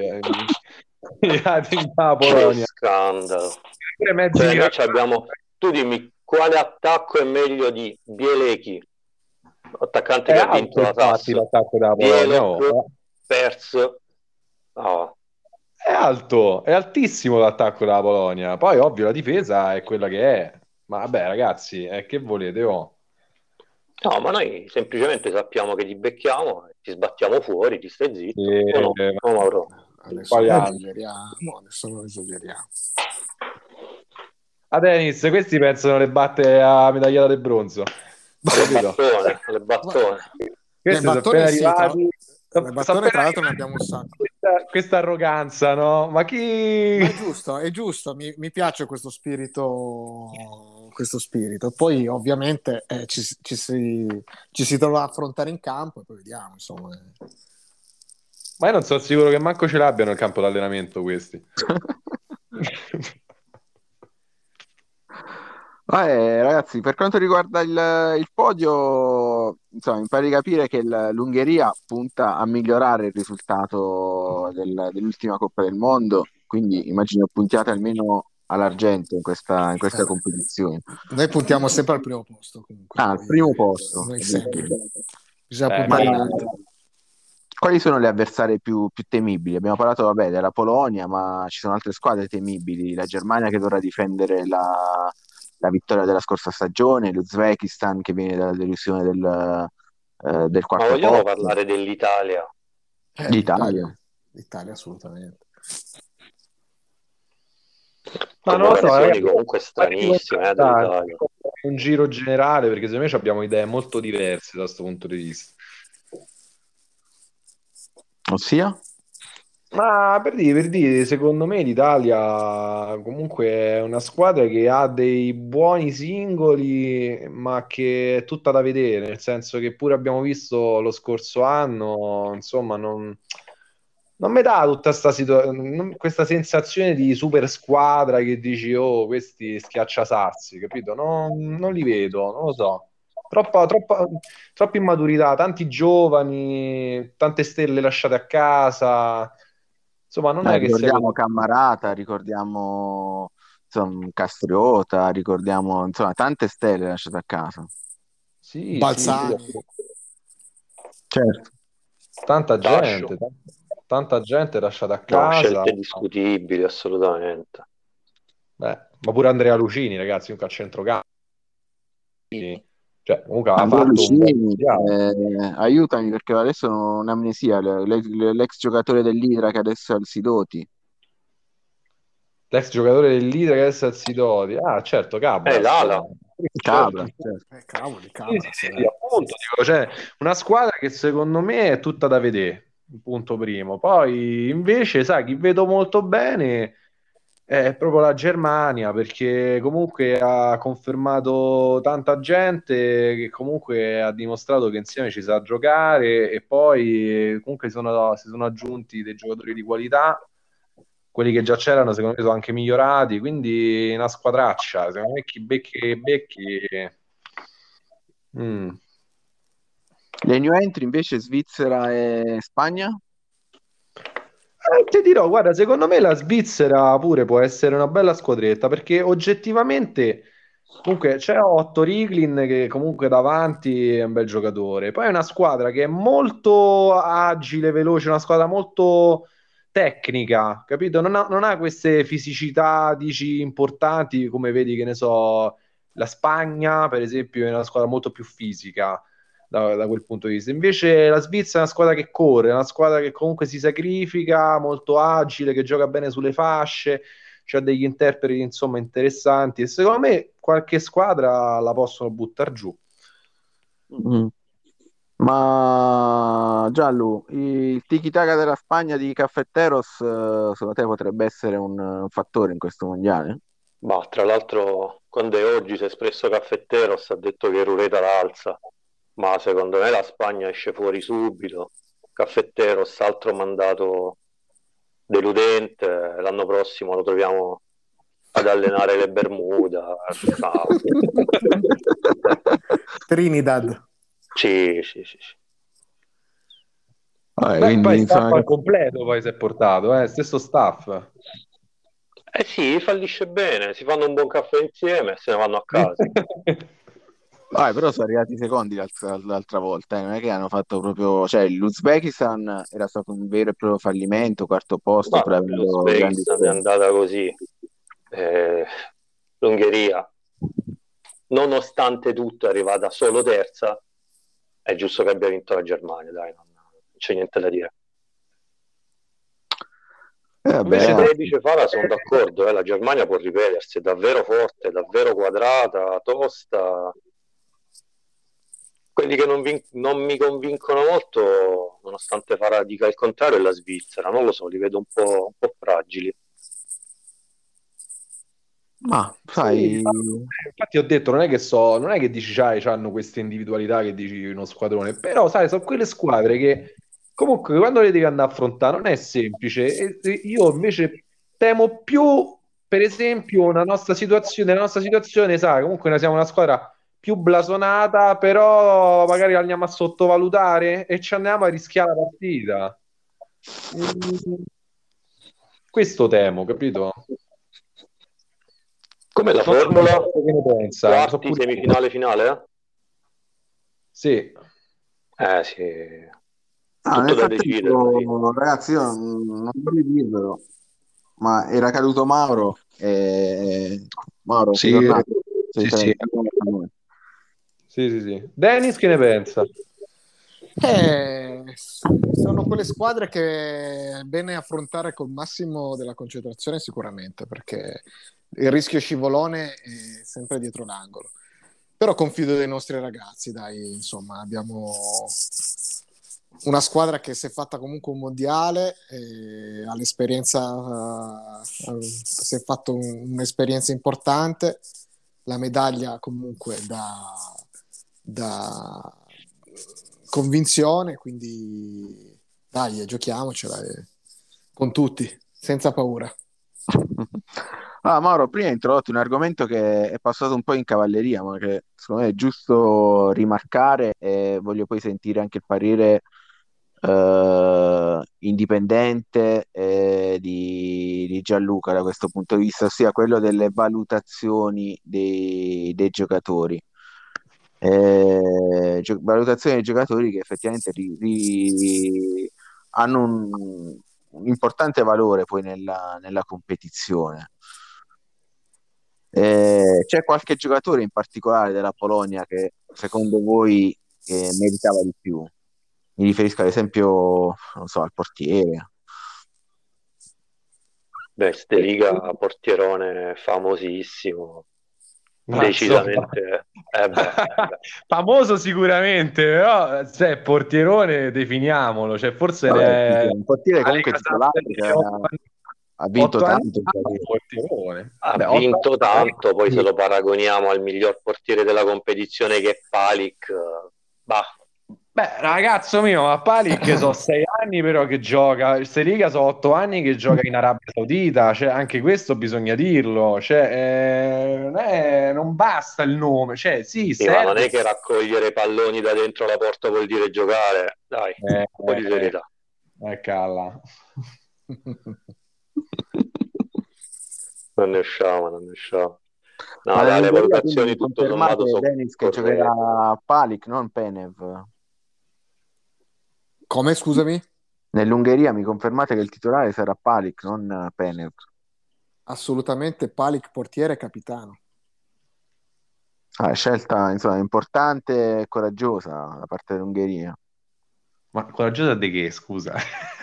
dati della Che Polonia. scandalo. Mezzi Cioè, noi miracoli. abbiamo... Tu dimmi, quale attacco è meglio di Bielecki, attaccante È che ha vinto alto, la infatti, TAS, l'attacco della Polonia. Bielok, Pers... Oh. È alto, è altissimo l'attacco della Polonia. Poi, ovvio, la difesa è quella che è. Ma vabbè, ragazzi, che volete? Oh? No, ma noi semplicemente sappiamo che ti becchiamo, ti sbattiamo fuori, ti stai zitto. E- O no? No, Mauro? Adesso non Sbagliando. esageriamo, adesso non esageriamo. A tennis, questi pensano le batte a medagliata del bronzo. Capito? Le battone. Questi sono battone appena sì, tra- arrivati. le battone, tra l'altro, ne abbiamo un sacco. Questa arroganza, no? Ma chi... Ma è giusto, mi piace questo spirito. Poi ovviamente ci si dovrà affrontare in campo e poi vediamo, insomma. Ma io non sono sicuro che manco ce l'abbiano il campo d'allenamento questi. Ragazzi, per quanto riguarda il podio, insomma, mi pare di capire che l'Ungheria punta a migliorare il risultato dell'ultima Coppa del Mondo, quindi immagino puntiate almeno all'argento in questa competizione. Noi puntiamo sempre al primo posto, comunque. Al primo posto. Noi sempre. Bisogna Ma puntare in alto. quali sono le avversarie più temibili? Abbiamo parlato, vabbè, della Polonia, ma ci sono altre squadre temibili. La Germania che dovrà difendere la vittoria della scorsa stagione, l'Uzbekistan che viene dalla delusione del Ma quarto vogliamo posto. parlare dell'Italia? L'Italia. L'Italia, assolutamente. Ma non lo so, ragazzi, comunque stranissime dell'Italia. un giro generale, perché secondo me abbiamo idee molto diverse da questo punto di vista. Ossia? Ma per dire, secondo me l'Italia comunque è una squadra che ha dei buoni singoli, ma che è tutta da vedere, nel senso che pure abbiamo visto lo scorso anno, insomma, non mi dà tutta questa sensazione di super squadra che dici, oh, questi schiacciasassi, capito? Non li vedo, non lo so. Troppa immaturità, tanti giovani, tante stelle lasciate a casa. Insomma, non è che Ricordiamo Cammarata, ricordiamo insomma, Castriota, ricordiamo insomma tante stelle lasciate a casa. Sì, Balzani. sì, certo. Tanta gente lasciata a No, casa. scelte discutibili, assolutamente. Ma pure Andrea Lucini, ragazzi, un a centrocampo. Cioè, comunque ha Andrea fatto Lucini, aiutami perché adesso ho un'amnesia, l'ex giocatore dell'Idra che adesso è al Sidoti. l'ex giocatore del Lider che adesso è al Sidoti. Ah, certo, Cabra. Lala. Cabra, certo. Cavoli, Sì, appunto, dico, cioè, una squadra che secondo me è tutta da vedere, punto primo. Poi invece, sai, chi vedo molto bene È proprio la Germania, perché comunque ha confermato tanta gente che comunque ha dimostrato che insieme ci sa giocare, e poi comunque si sono aggiunti dei giocatori di qualità, quelli che già c'erano secondo me sono anche migliorati, quindi una squadraccia, secondo me chi becchi becchi. Mm. Le new entry invece Svizzera e Spagna? Ti dirò, guarda, secondo me la Svizzera pure può essere una bella squadretta, perché oggettivamente comunque c'è Otto Riglin che comunque davanti è un bel giocatore. Poi è una squadra che è molto agile, veloce, una squadra molto tecnica, capito? Non ha queste fisicità, dici, importanti come vedi, che ne so, la Spagna, per esempio, è una squadra molto più fisica da quel punto di vista. Invece la Svizzera è una squadra che corre, è una squadra che comunque si sacrifica, molto agile, che gioca bene sulle fasce, c'ha degli interpreti insomma interessanti, e secondo me qualche squadra la possono buttare giù. Mm. Ma Gianlu, il tiki-taka della Spagna di Cafeteros, secondo te potrebbe essere un fattore in questo mondiale? Ma tra l'altro, quando è oggi si è espresso Caffetteros, ha detto che Ruleta la alza, ma secondo me la Spagna esce fuori subito. Caffetteros, altro mandato deludente, l'anno prossimo lo troviamo ad allenare le Bermuda. Ah, Trinidad. sì, sì, sì, sì. Beh, Quindi, poi staff insomma, al completo poi si è portato, stesso staff. Eh sì, fallisce bene, si fanno un buon caffè insieme e se ne vanno a casa. però sono arrivati secondi l'altra volta, non è che hanno fatto proprio, cioè l'Uzbekistan era stato un vero e proprio fallimento, quarto posto, pur Ma avendo grandi l'Uzbekistan è estremi. andata così. Eh, L'Ungheria, nonostante tutto, è arrivata solo terza. È giusto che abbia vinto la Germania, dai, non c'è niente da dire. Invece Vabbè, te dice Fara, sono d'accordo, la Germania può ripetersi, è davvero forte, è davvero quadrata, tosta. Quelli che non mi convincono molto, nonostante Fara dica il contrario, è la Svizzera, non lo so, li vedo un po' fragili. ma Sì, sai, infatti ho detto, non è che dici, hanno queste individualità che dici uno squadrone, però sai, sono quelle squadre che comunque quando le devi andare a affrontare non è semplice. E io invece temo più, per esempio, nella nostra situazione, sai, comunque noi siamo una squadra più blasonata, però magari la andiamo a sottovalutare e ci andiamo a rischiare la partita. Mm, Questo temo, capito? Com'è la Non so formula? che ne pensa, lo so Quarti, pure io. semifinale, finale? Sì. Sì, nel tutto da decidere alla fine. frattempo, ragazzi, io non voglio dirvelo, ma era caduto Mauro, e Mauro, sei Sì, tornato? Sei, sì, sì. sei tornato con noi. Sì, sì, sì. Dennis, che ne pensa? Sono quelle squadre che è bene affrontare col massimo della concentrazione sicuramente, perché il rischio scivolone è sempre dietro l'angolo. Però confido nei nostri ragazzi, dai, insomma, abbiamo una squadra che si è fatta comunque un mondiale, ha l'esperienza, si è fatto un'esperienza importante, la medaglia comunque da convinzione, quindi dai, giochiamocela con tutti, senza paura. Mauro, prima hai introdotto un argomento che è passato un po' in cavalleria, ma che secondo me è giusto rimarcare, e voglio poi sentire anche il parere indipendente di Gianluca da questo punto di vista, ossia quello delle valutazioni dei giocatori. Valutazioni dei giocatori che effettivamente hanno un importante valore poi nella competizione. C'è qualche giocatore in particolare della Polonia che secondo voi meritava di più? Mi riferisco ad esempio, non so, al portiere. Beh, Steliga, portierone famosissimo, Ma insomma, decisamente. Beh. famoso sicuramente, però portierone definiamolo, cioè forse ne Vabbè, sì, sì, è un portiere alle comunque titolare casate che delle 8 anni. Ha vinto 8 anni tanto. fa, portierone. Ha Beh, 8 vinto anni tanto, poi sì. se lo paragoniamo al miglior portiere della competizione che è Palic, bah, Beh, ragazzo mio, ma Palic sono 6 anni però che gioca, Seliga sono 8 anni che gioca in Arabia Saudita, cioè anche questo bisogna dirlo, cioè, non basta il nome, cioè sì, sì, ma non serve. è che raccogliere palloni da dentro la porta vuol dire giocare, dai, Eh, un po' di serietà. calla. Non ne usciamo, non ne usciamo. No, Ma dai, le nell'Ungheria quindi valutazioni mi tutto sommato confermate, sono Dennis, che corrette. giocherà Palic, non Penev? Come, scusami? Nell'Ungheria mi confermate che il titolare sarà Palic, non Penev? Assolutamente Palic portiere e capitano. Ah, scelta insomma importante e coraggiosa da parte dell'Ungheria. Ma coraggiosa di che, scusa?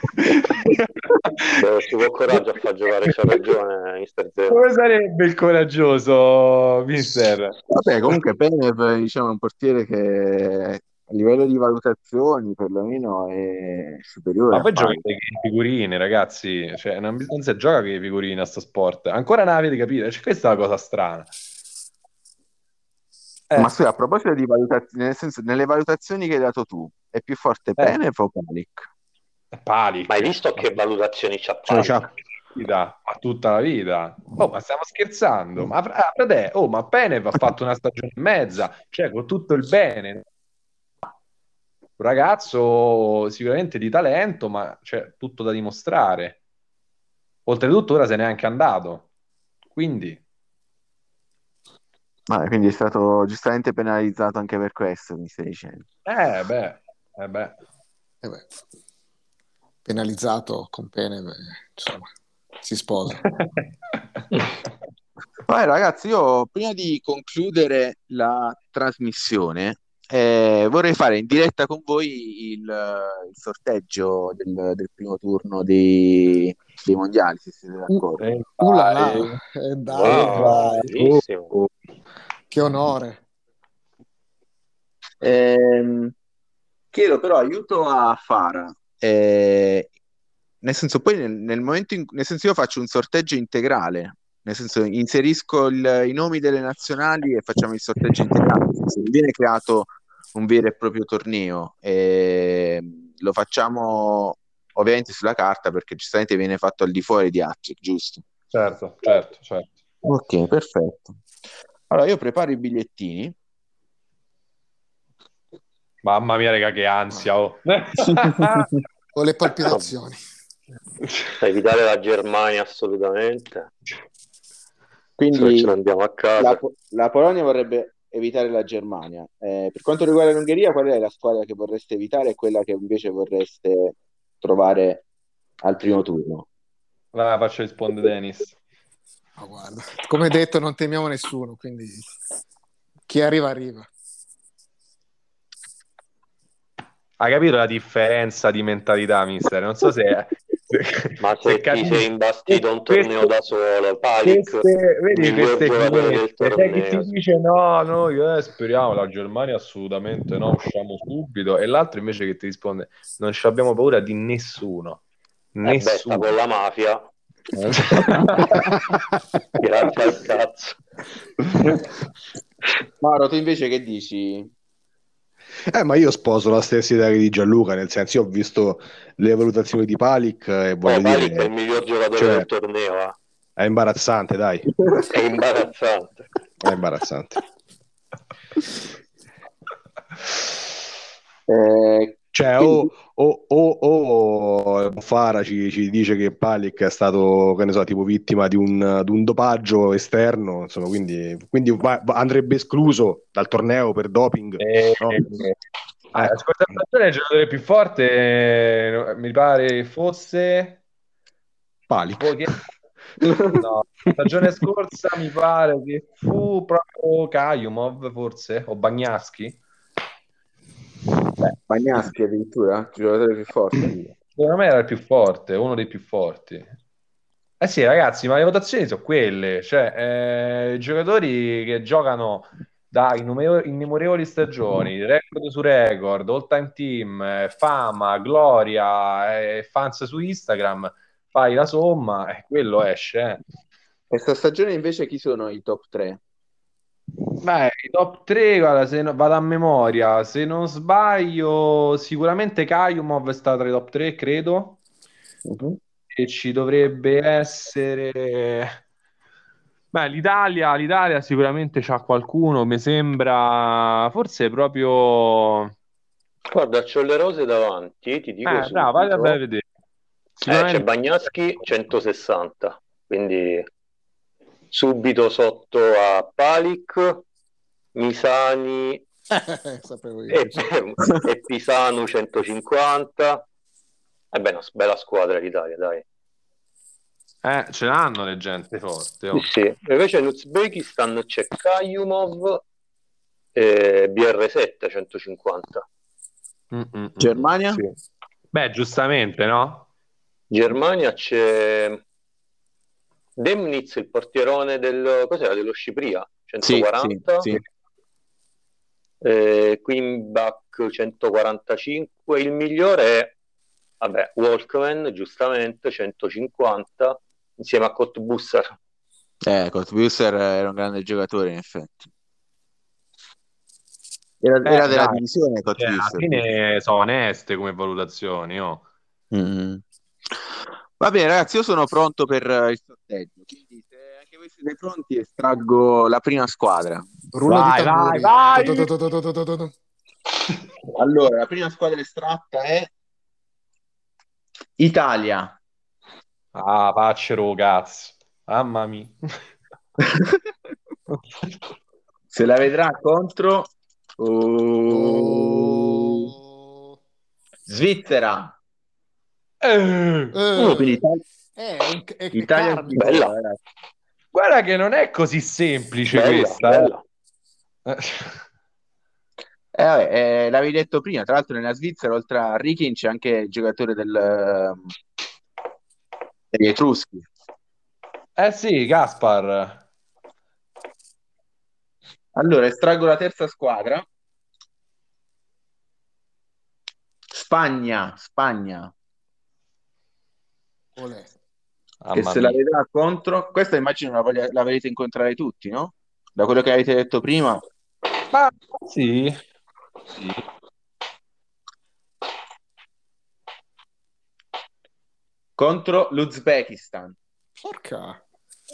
Beh, ci vuole coraggio a far giocare, c'ha ragione, Mister Zero. Come sarebbe il coraggioso, mister? Vabbè, comunque Penev diciamo, è un portiere che a livello di valutazioni perlomeno è superiore Ma a poi giocate Palic. con le figurine, ragazzi. Cioè, non si gioca con le figurine a sto sport. Ancora non avete capito? Cioè, questa è la cosa strana. Ma Eh, scusa, a proposito di valutazioni, nel senso, nelle valutazioni che hai dato tu, è più forte eh, Penev o Palic? Ma hai Palic. visto che valutazioni c'ha Cioè, Palic? Ma tutta la vita. Oh, ma stiamo scherzando? Ma, frate, oh, ma Penev ha fatto una stagione e mezza, cioè, con tutto il bene. Un ragazzo sicuramente di talento, ma c'è tutto da dimostrare. Oltretutto ora se n'è anche andato. Quindi, quindi è stato giustamente penalizzato anche per questo, mi stai dicendo. beh, beh. E beh, penalizzato con pene, beh, insomma, si sposa. Vabbè, ragazzi, io prima di concludere la trasmissione vorrei fare in diretta con voi il sorteggio del primo turno dei mondiali, se siete d'accordo. Là là, Vai, dai, Wow, vai, bellissimo. che onore. Ehm, Chiedo però aiuto a Fara. Nel senso, poi nel momento nel senso, io faccio un sorteggio integrale, nel senso, inserisco i nomi delle nazionali e facciamo il sorteggio integrale. Nel senso, non viene creato un vero e proprio torneo. Lo facciamo ovviamente sulla carta perché giustamente viene fatto al di fuori di Hattrick, giusto? certo, certo, certo. Ok, perfetto. Allora, io preparo i bigliettini. Mamma mia, raga, che ansia, oh. Ho le palpitazioni. Da evitare la Germania assolutamente, se no ce Quindi ne andiamo a la, casa. la Polonia vorrebbe evitare la Germania. Per quanto riguarda l'Ungheria, qual è la squadra che vorreste evitare e quella che invece vorreste trovare al primo turno? Vai, faccio rispondere Dennis. Ma guarda, come detto, non temiamo nessuno, quindi chi arriva, arriva. Hai capito la differenza di mentalità, mister? Non so se... Ma se se ti sei capisci. imbastito un torneo da solo, Palic, il Vedi miglior queste giocatore del finestre, c'è chi ti torneo. dice no, noi speriamo, la Germania assolutamente no, usciamo subito, e l'altro invece che ti risponde non ci abbiamo paura di nessuno, Beh, sta nessuno. con la mafia, grazie al cazzo. Mauro, tu invece che dici? Ma io sposo la stessa idea di Gianluca, nel senso, io ho visto le valutazioni di Palic e voglio Palic è il dire, miglior giocatore cioè, del torneo, è imbarazzante, dai, È imbarazzante. è imbarazzante. Cioè, Quindi, o Fara ci dice che Palic è stato, che ne so, tipo vittima di un dopaggio esterno, insomma, quindi andrebbe escluso dal torneo per doping, no? La Ecco. scorsa stagione il giocatore più forte mi pare che fosse Palic. no, la stagione scorsa mi pare che fu proprio Kajumov forse o Bagnaschi. Bagnaschi addirittura, il giocatore più forte. Secondo me era il più forte, uno dei più forti. Eh sì, ragazzi, ma le votazioni sono quelle, cioè giocatori che giocano da innumerevoli stagioni, record su record, all time team, fama, gloria, fans su Instagram, fai la somma e quello esce. Questa stagione invece chi sono i top 3? Beh, i top 3, guarda, vado a memoria, se non sbaglio, sicuramente Kayumov è stato tra i top 3, credo, e ci dovrebbe essere... Beh, l'Italia sicuramente c'ha qualcuno, mi sembra, forse proprio... Guarda, c'ho le rose davanti, ti dico Bravo, vai a subito. vedere. C'è Sicuramente... Bagnaschi 160, quindi subito sotto a Palic, Misani Sapevo io. e Pisanu 150. E beh, una bella squadra l'Italia, dai. Ce l'hanno le gente forte. Oh. Sì. E invece in Uzbekistan c'è Kayumov e BR7 150. Germania? Sì. Beh, giustamente, no? Germania c'è Demnitz, il portierone cos'era, dello Scipria, 140. Sì. Quimbach 145. Il migliore è, vabbè, Walkman, giustamente, 150, insieme a Cottbusser. Cottbusser era un grande giocatore, in effetti. Era della Dai, divisione alla Cottbusser. fine sono oneste come valutazioni. Oh. Va bene, ragazzi, io sono pronto per il sorteggio. Quindi, se anche voi siete pronti, estraggo la prima squadra. Rullo di tamburi. vai! Allora, la prima squadra estratta è Italia. Ah, paccero, cazzo. Mamma mia. Se la vedrà contro Svizzera. Quindi Italia Carmi. Bella. ragazzi. Guarda che non è così semplice Bella, questa. bella. L'avevi detto prima, tra l'altro nella Svizzera oltre a Rikin c'è anche il giocatore degli Etruschi. Sì, Gaspar. Allora, estraggo la terza squadra. Spagna. Olè. Che se la vedrà contro, questa immagino la volete incontrare tutti, no? Da quello che avete detto prima. Ma sì. Contro l'Uzbekistan. Porca.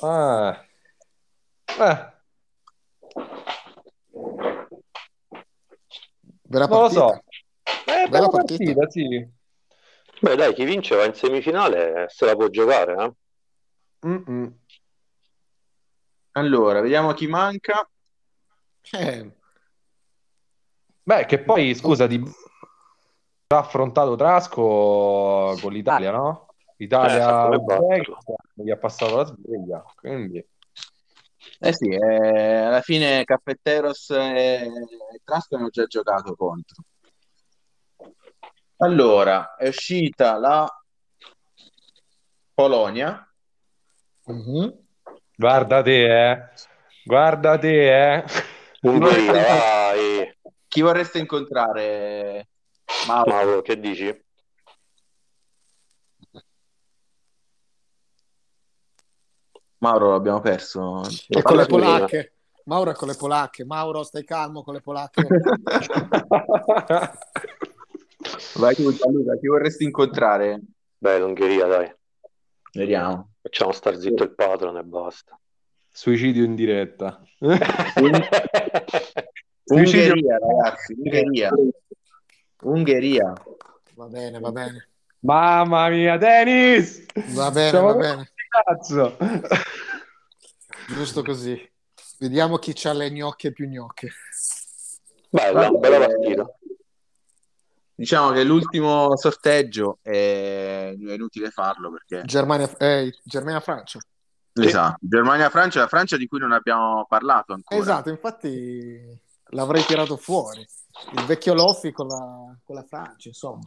Bella Non lo partita. so. Bella partita, sì. Beh, dai, chi vince va in semifinale, se la può giocare, eh? Allora, vediamo chi manca. Beh, che poi, scusa, ha affrontato Trasco con l'Italia, no? Italia gli ha passato la sveglia, quindi... Sì, alla fine Caffetteros e Trasco hanno già giocato contro. Allora, è uscita la Polonia. Guarda te, Ungheria, vai. Chi vorreste incontrare, Mauro, che dici? Mauro l'abbiamo perso. E con le polacche. Mauro è con le polacche. Mauro, stai calmo con le polacche. Vai tu, Gianluca, chi vorresti incontrare? Beh, l'Ungheria, dai. Vediamo. Facciamo star zitto il patron e basta. Suicidio in diretta. Ungheria, ragazzi, Ungheria. Va bene. Mamma mia, Dennis! Va bene. Cazzo. Giusto così. Vediamo chi c'ha le gnocche più gnocche. Bella partita. Diciamo che l'ultimo sorteggio è inutile farlo perché Germania-Francia. Esatto, Germania-Francia, la Francia di cui non abbiamo parlato ancora. Esatto, infatti l'avrei tirato fuori. Il vecchio Loffi con la Francia, insomma.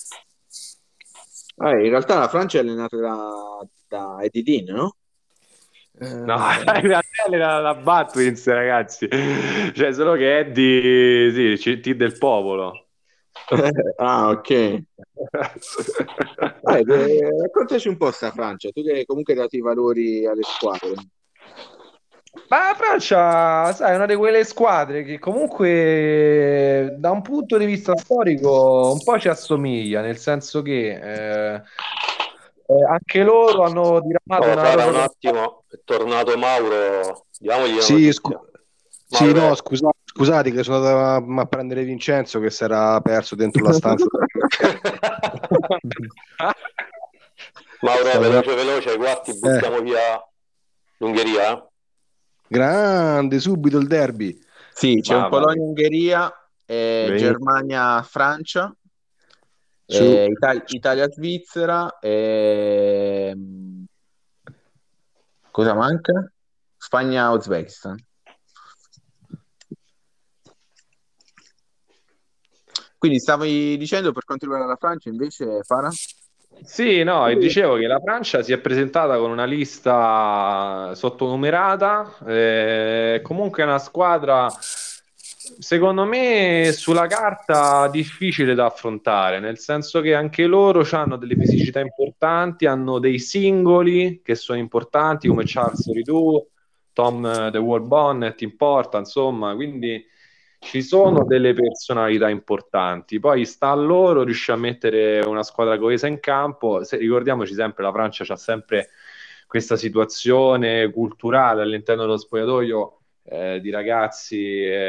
In realtà la Francia è allenata da Eddie Dean, no? No, in realtà era la Batwins, ragazzi. Cioè, solo che Eddie, sì, CT del popolo. Ah, ok. Raccontaci un po' sta Francia, tu che comunque hai dato i valori alle squadre. Ma la Francia, sai, è una di quelle squadre che comunque da un punto di vista storico un po' ci assomiglia, nel senso che anche loro hanno diramato Oh, una Sara, un loro... attimo, è tornato Mauro, diamogli la Sì, notizia. sì, no, Mauro, scusate che sono andato a prendere Vincenzo che si era perso dentro la stanza. Mauro, Stavo... veloce, veloce, ai quarti Eh, buttiamo via l'Ungheria, eh? grande, subito il derby. Sì, c'è un Ma vai. Polonia-Ungheria, Bene. Germania-Francia, Su. Italia-Svizzera, cosa manca? Spagna-Uzbekistan. Quindi stavi dicendo per quanto riguarda la Francia, invece, Fara? Sì, no, e dicevo che la Francia si è presentata con una lista sottonumerata, comunque è una squadra, secondo me, sulla carta difficile da affrontare, nel senso che anche loro hanno delle fisicità importanti, hanno dei singoli che sono importanti, come Charles Ridou, Tom The Wall Bonnet, importa, insomma, quindi ci sono delle personalità importanti, poi sta a loro riuscire a mettere una squadra coesa in campo. Ricordiamoci sempre, la Francia c'ha sempre questa situazione culturale all'interno dello spogliatoio di ragazzi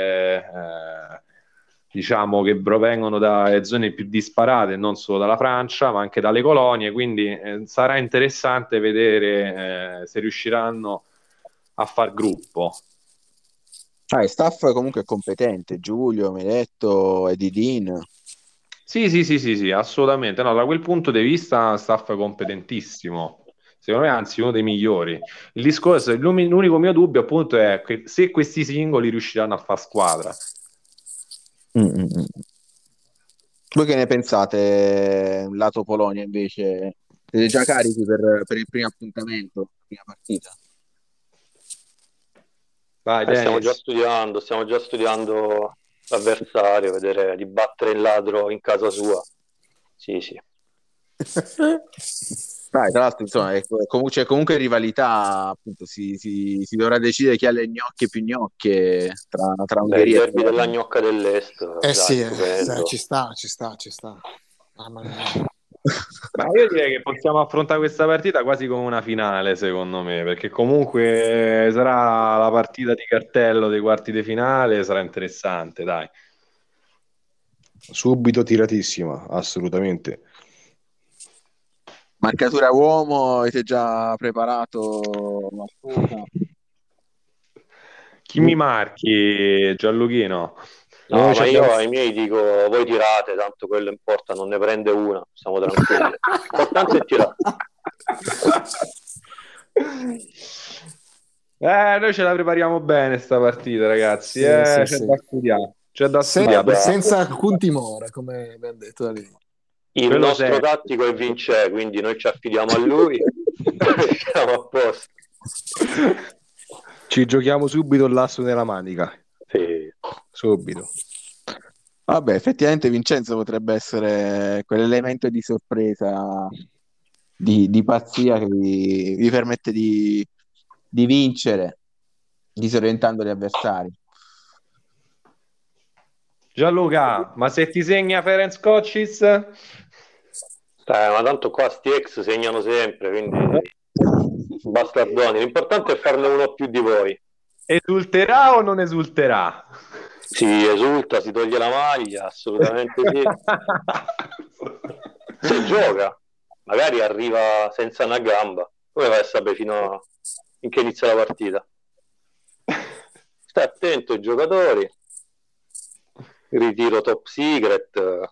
diciamo che provengono dalle zone più disparate, non solo dalla Francia, ma anche dalle colonie, quindi sarà interessante vedere se riusciranno a far gruppo. Il staff comunque è competente, Giulio, mi hai detto, Edidin. Sì, sì, sì, sì, sì, assolutamente. No, da quel punto di vista, staff competentissimo. Secondo me, anzi, uno dei migliori. Il discorso, l'unico mio dubbio, appunto, è se questi singoli riusciranno a far squadra. Mm. Voi che ne pensate, lato Polonia invece? Siete già carichi per il primo appuntamento, prima partita? Vai, Dennis. Stiamo già studiando l'avversario, vedere di battere il ladro in casa sua. Sì, sì. Tra l'altro, insomma, c'è comunque rivalità, appunto, si dovrà decidere chi ha le gnocche più gnocche tra Beh, il Ungheria e derby della Polonia. gnocca dell'Est, dai, Sì, stupendo. ci sta, ci sta, ci sta. Mamma mia. Ma io direi che possiamo affrontare questa partita quasi come una finale, secondo me, perché comunque sarà la partita di cartello dei quarti di finale, sarà interessante, dai. Subito tiratissima, assolutamente. Marcatura uomo, avete già preparato qualcosa? Chi mi marchi, Gianluchino? No, Noi ci ma io abbiamo... ai miei dico, voi tirate, tanto quello importa, non ne prende una, stiamo tranquilli. L'importante è tirare. Noi ce la prepariamo bene sta partita, ragazzi. Sì, sì, C'è sì. da studiare. C'è da studiare. Guarda, Senza alcun timore, come abbiamo detto da lì. il Quello nostro sempre. tattico è Vince, quindi noi ci affidiamo a lui, siamo a posto. Ci giochiamo subito l'asso nella manica. Sì. Subito. Vabbè, effettivamente Vincenzo potrebbe essere quell'elemento di sorpresa, di pazzia che vi permette di vincere, disorientando gli avversari. Gianluca, ma se ti segna Ferenc Kocic, Ma tanto qua sti ex segnano sempre, quindi bastardoni. L'importante è farne uno più di voi. esulterà o non esulterà? Si esulta, si toglie la maglia, assolutamente sì. Se gioca, magari arriva senza una gamba. Come vai a sapere fino a finché inizia la partita? Stai attento ai giocatori. Ritiro top secret.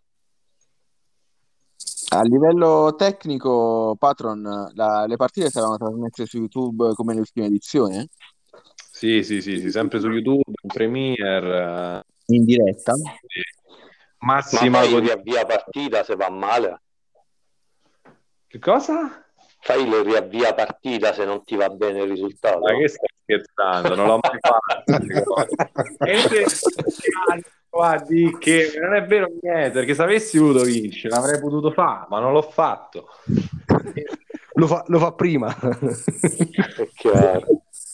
A livello tecnico, Patron, le partite saranno trasmesse su YouTube come le ultime edizioni? Sì, sì, sì, sì, sempre su YouTube, in Premiere. In diretta? Sì. Ma Massima fai il goditura. riavvia partita se va male? Che cosa? Fai il riavvia partita se non ti va bene il Ma risultato? che stai scherzando? Non l'ho mai fatto queste cose. E se qua a dire che non è vero niente, perché se avessi voluto vincere l'avrei potuto fare, ma non l'ho fatto. Lo fa prima. È chiaro.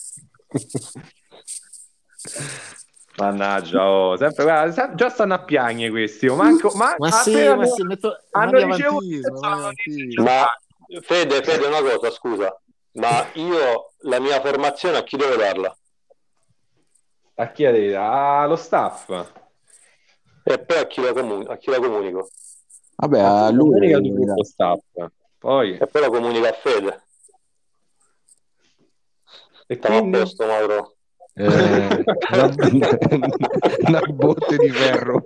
Mannaggia, oh, sempre, guarda, già stanno a piagne questi. Ma sì, appena ma sì, hanno mani ricevuto avantismo, la mani notizia. avantismo. Ma Fede, una cosa, scusa, ma io la mia formazione a chi devo darla? A chi ha allo staff? E poi a chi la comunico? Vabbè, Ma a tu comunica lui tutto lo staff. Poi, E poi la comunico a Fede. e Stiamo a quindi? posto, Mauro. Una botte di ferro.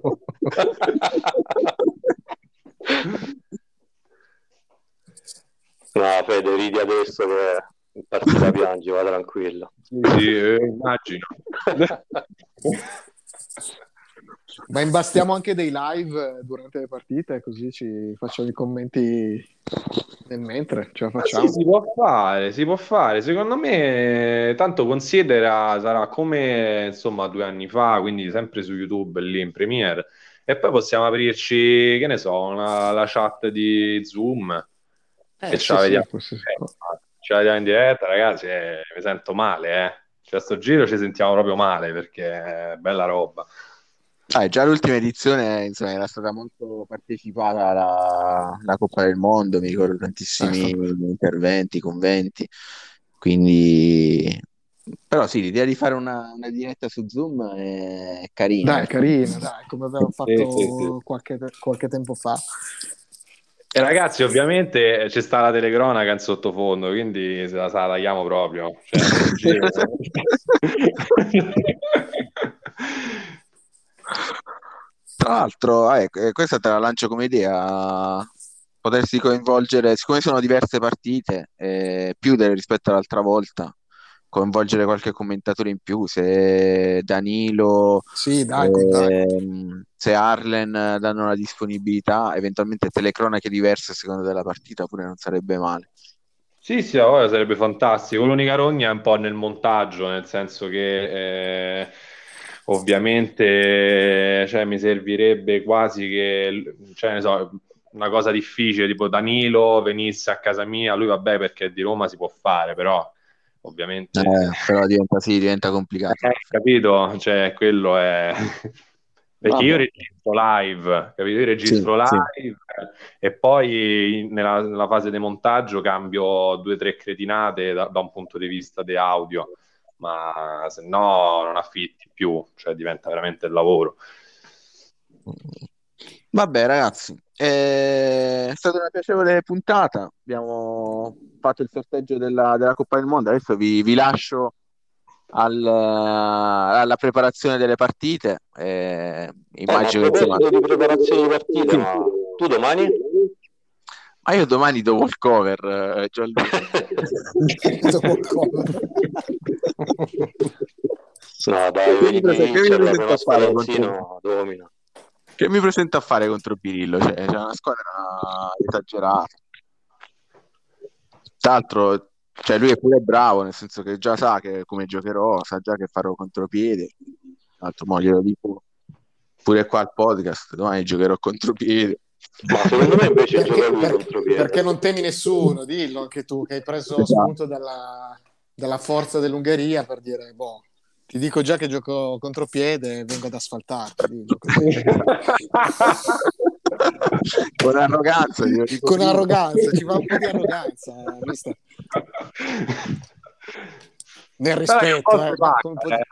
No, Fede, ridi adesso che in partita piangi, va tranquillo. Sì, immagino. Ma imbastiamo anche dei live durante le partite, così ci facciamo i commenti nel mentre, ce la facciamo. Sì, si può fare. Secondo me, tanto considera, sarà come insomma 2 anni fa, quindi sempre su YouTube lì in Premiere. E poi possiamo aprirci, che ne so, la chat di Zoom e ce la Sì, vediamo. forse sì. Ce la vediamo in diretta, ragazzi. Mi sento male, eh. Cioè, sto giro ci sentiamo proprio male perché è bella roba. già l'ultima edizione, insomma, era stata molto partecipata alla Coppa del Mondo, mi ricordo tantissimi interventi, conventi, quindi... Però sì, l'idea di fare una diretta su Zoom è carina. Dai, carina, dai, come avevamo fatto qualche tempo fa. E ragazzi, ovviamente c'è sta la telecronaca in sottofondo, quindi se la tagliamo proprio. Cioè, sto giro. Tra l'altro, questa te la lancio come idea, potersi coinvolgere, siccome sono diverse partite, più rispetto all'altra volta, coinvolgere qualche commentatore in più, se Danilo, Sì, dai. se Arlen danno la disponibilità, eventualmente telecronache diverse a seconda della partita, pure non sarebbe male. Sì, sì, ora sarebbe fantastico. L'unica rogna è un po' nel montaggio, nel senso che ovviamente cioè, mi servirebbe quasi che, cioè, ne so, una cosa difficile, tipo Danilo venisse a casa mia, lui vabbè perché di Roma si può fare, però ovviamente... Però diventa complicato. capito? Cioè, quello è... Perché io Vabbè, registro live, capito? Io sì, registro sì. live e poi nella fase di montaggio cambio 2 o 3 cretinate da un punto di vista di audio, ma se no non affitti più, cioè diventa veramente il lavoro. Vabbè, ragazzi, è stata una piacevole puntata. Abbiamo fatto il sorteggio della Coppa del Mondo. Adesso vi lascio alla preparazione delle partite. Ma a Immagino che insomma. proposito di preparazione di partite, Sì. ma tu domani? Ma io domani dopo il cover, Gianluca. Dopo il cover. No, dai, Che mi vedi presento vincerla con a uno fare contro spallanzino, domina. Che mi presento a fare contro Pirillo? Cioè, c'è una squadra esagerata. Tra l'altro, cioè, lui è pure bravo, nel senso che già sa che come giocherò, sa già che farò contropiede. Tra l'altro, mo glielo dico pure qua al podcast, domani giocherò contropiede. Ma secondo me invece gioca lui perché contropiede. non temi nessuno, dillo anche tu, che hai preso spunto dalla forza dell'Ungheria per dire, boh, ti dico già che gioco contropiede e vengo ad asfaltarti. Dillo così. Con arroganza, glielo dico Con prima. arroganza, ci va un po' di arroganza, visto? Nel rispetto, con un po' di...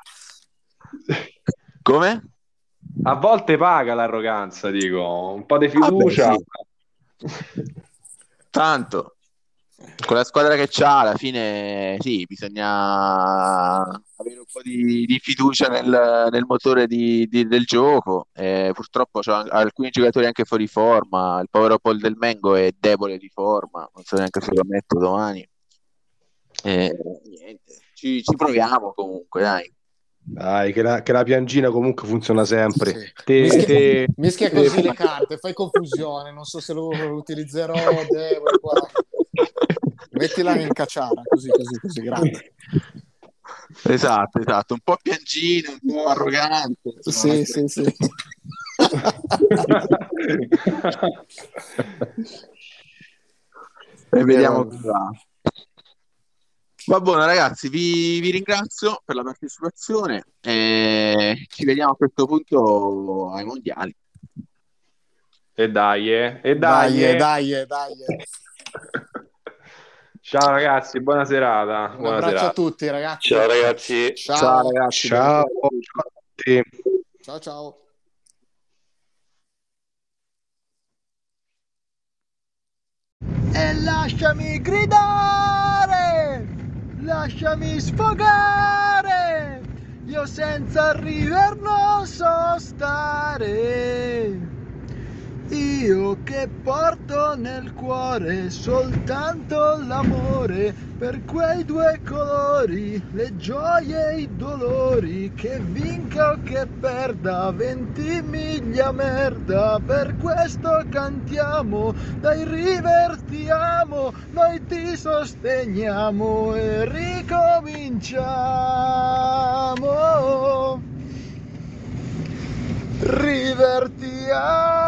Come? A volte paga l'arroganza, dico, un po' di fiducia. Vabbè, sì. Tanto, con la squadra che c'ha, alla fine sì, bisogna avere un po' di fiducia nel motore del gioco. Purtroppo c'ho alcuni giocatori anche fuori forma. Il povero Paul Del Mengo è debole di forma, non so neanche se lo metto domani. Niente, ci proviamo comunque, dai. Dai, che la piangina comunque funziona sempre. Sì. Mischia così le carte, fai confusione, non so se lo utilizzerò, devo qua. Mettila in cacciara, così, grande. Esatto, un po' piangino, un po' arrogante. Sì. E vediamo come va. Va buono ragazzi, vi ringrazio per la partecipazione e ci vediamo a questo punto ai mondiali. E dai. Dai. Ciao ragazzi, buona serata. Un abbraccio a tutti ragazzi. Ciao ragazzi. Ciao ragazzi. Ciao a tutti. Ciao. E lasciami gridare, lasciami sfogare, io senza River non so stare. Io che porto nel cuore soltanto l'amore per quei due colori, le gioie e i dolori, che vinca o che perda, 20 miglia merda, per questo cantiamo, dai River ti amo, noi ti sosteniamo e ricominciamo. River ti amo.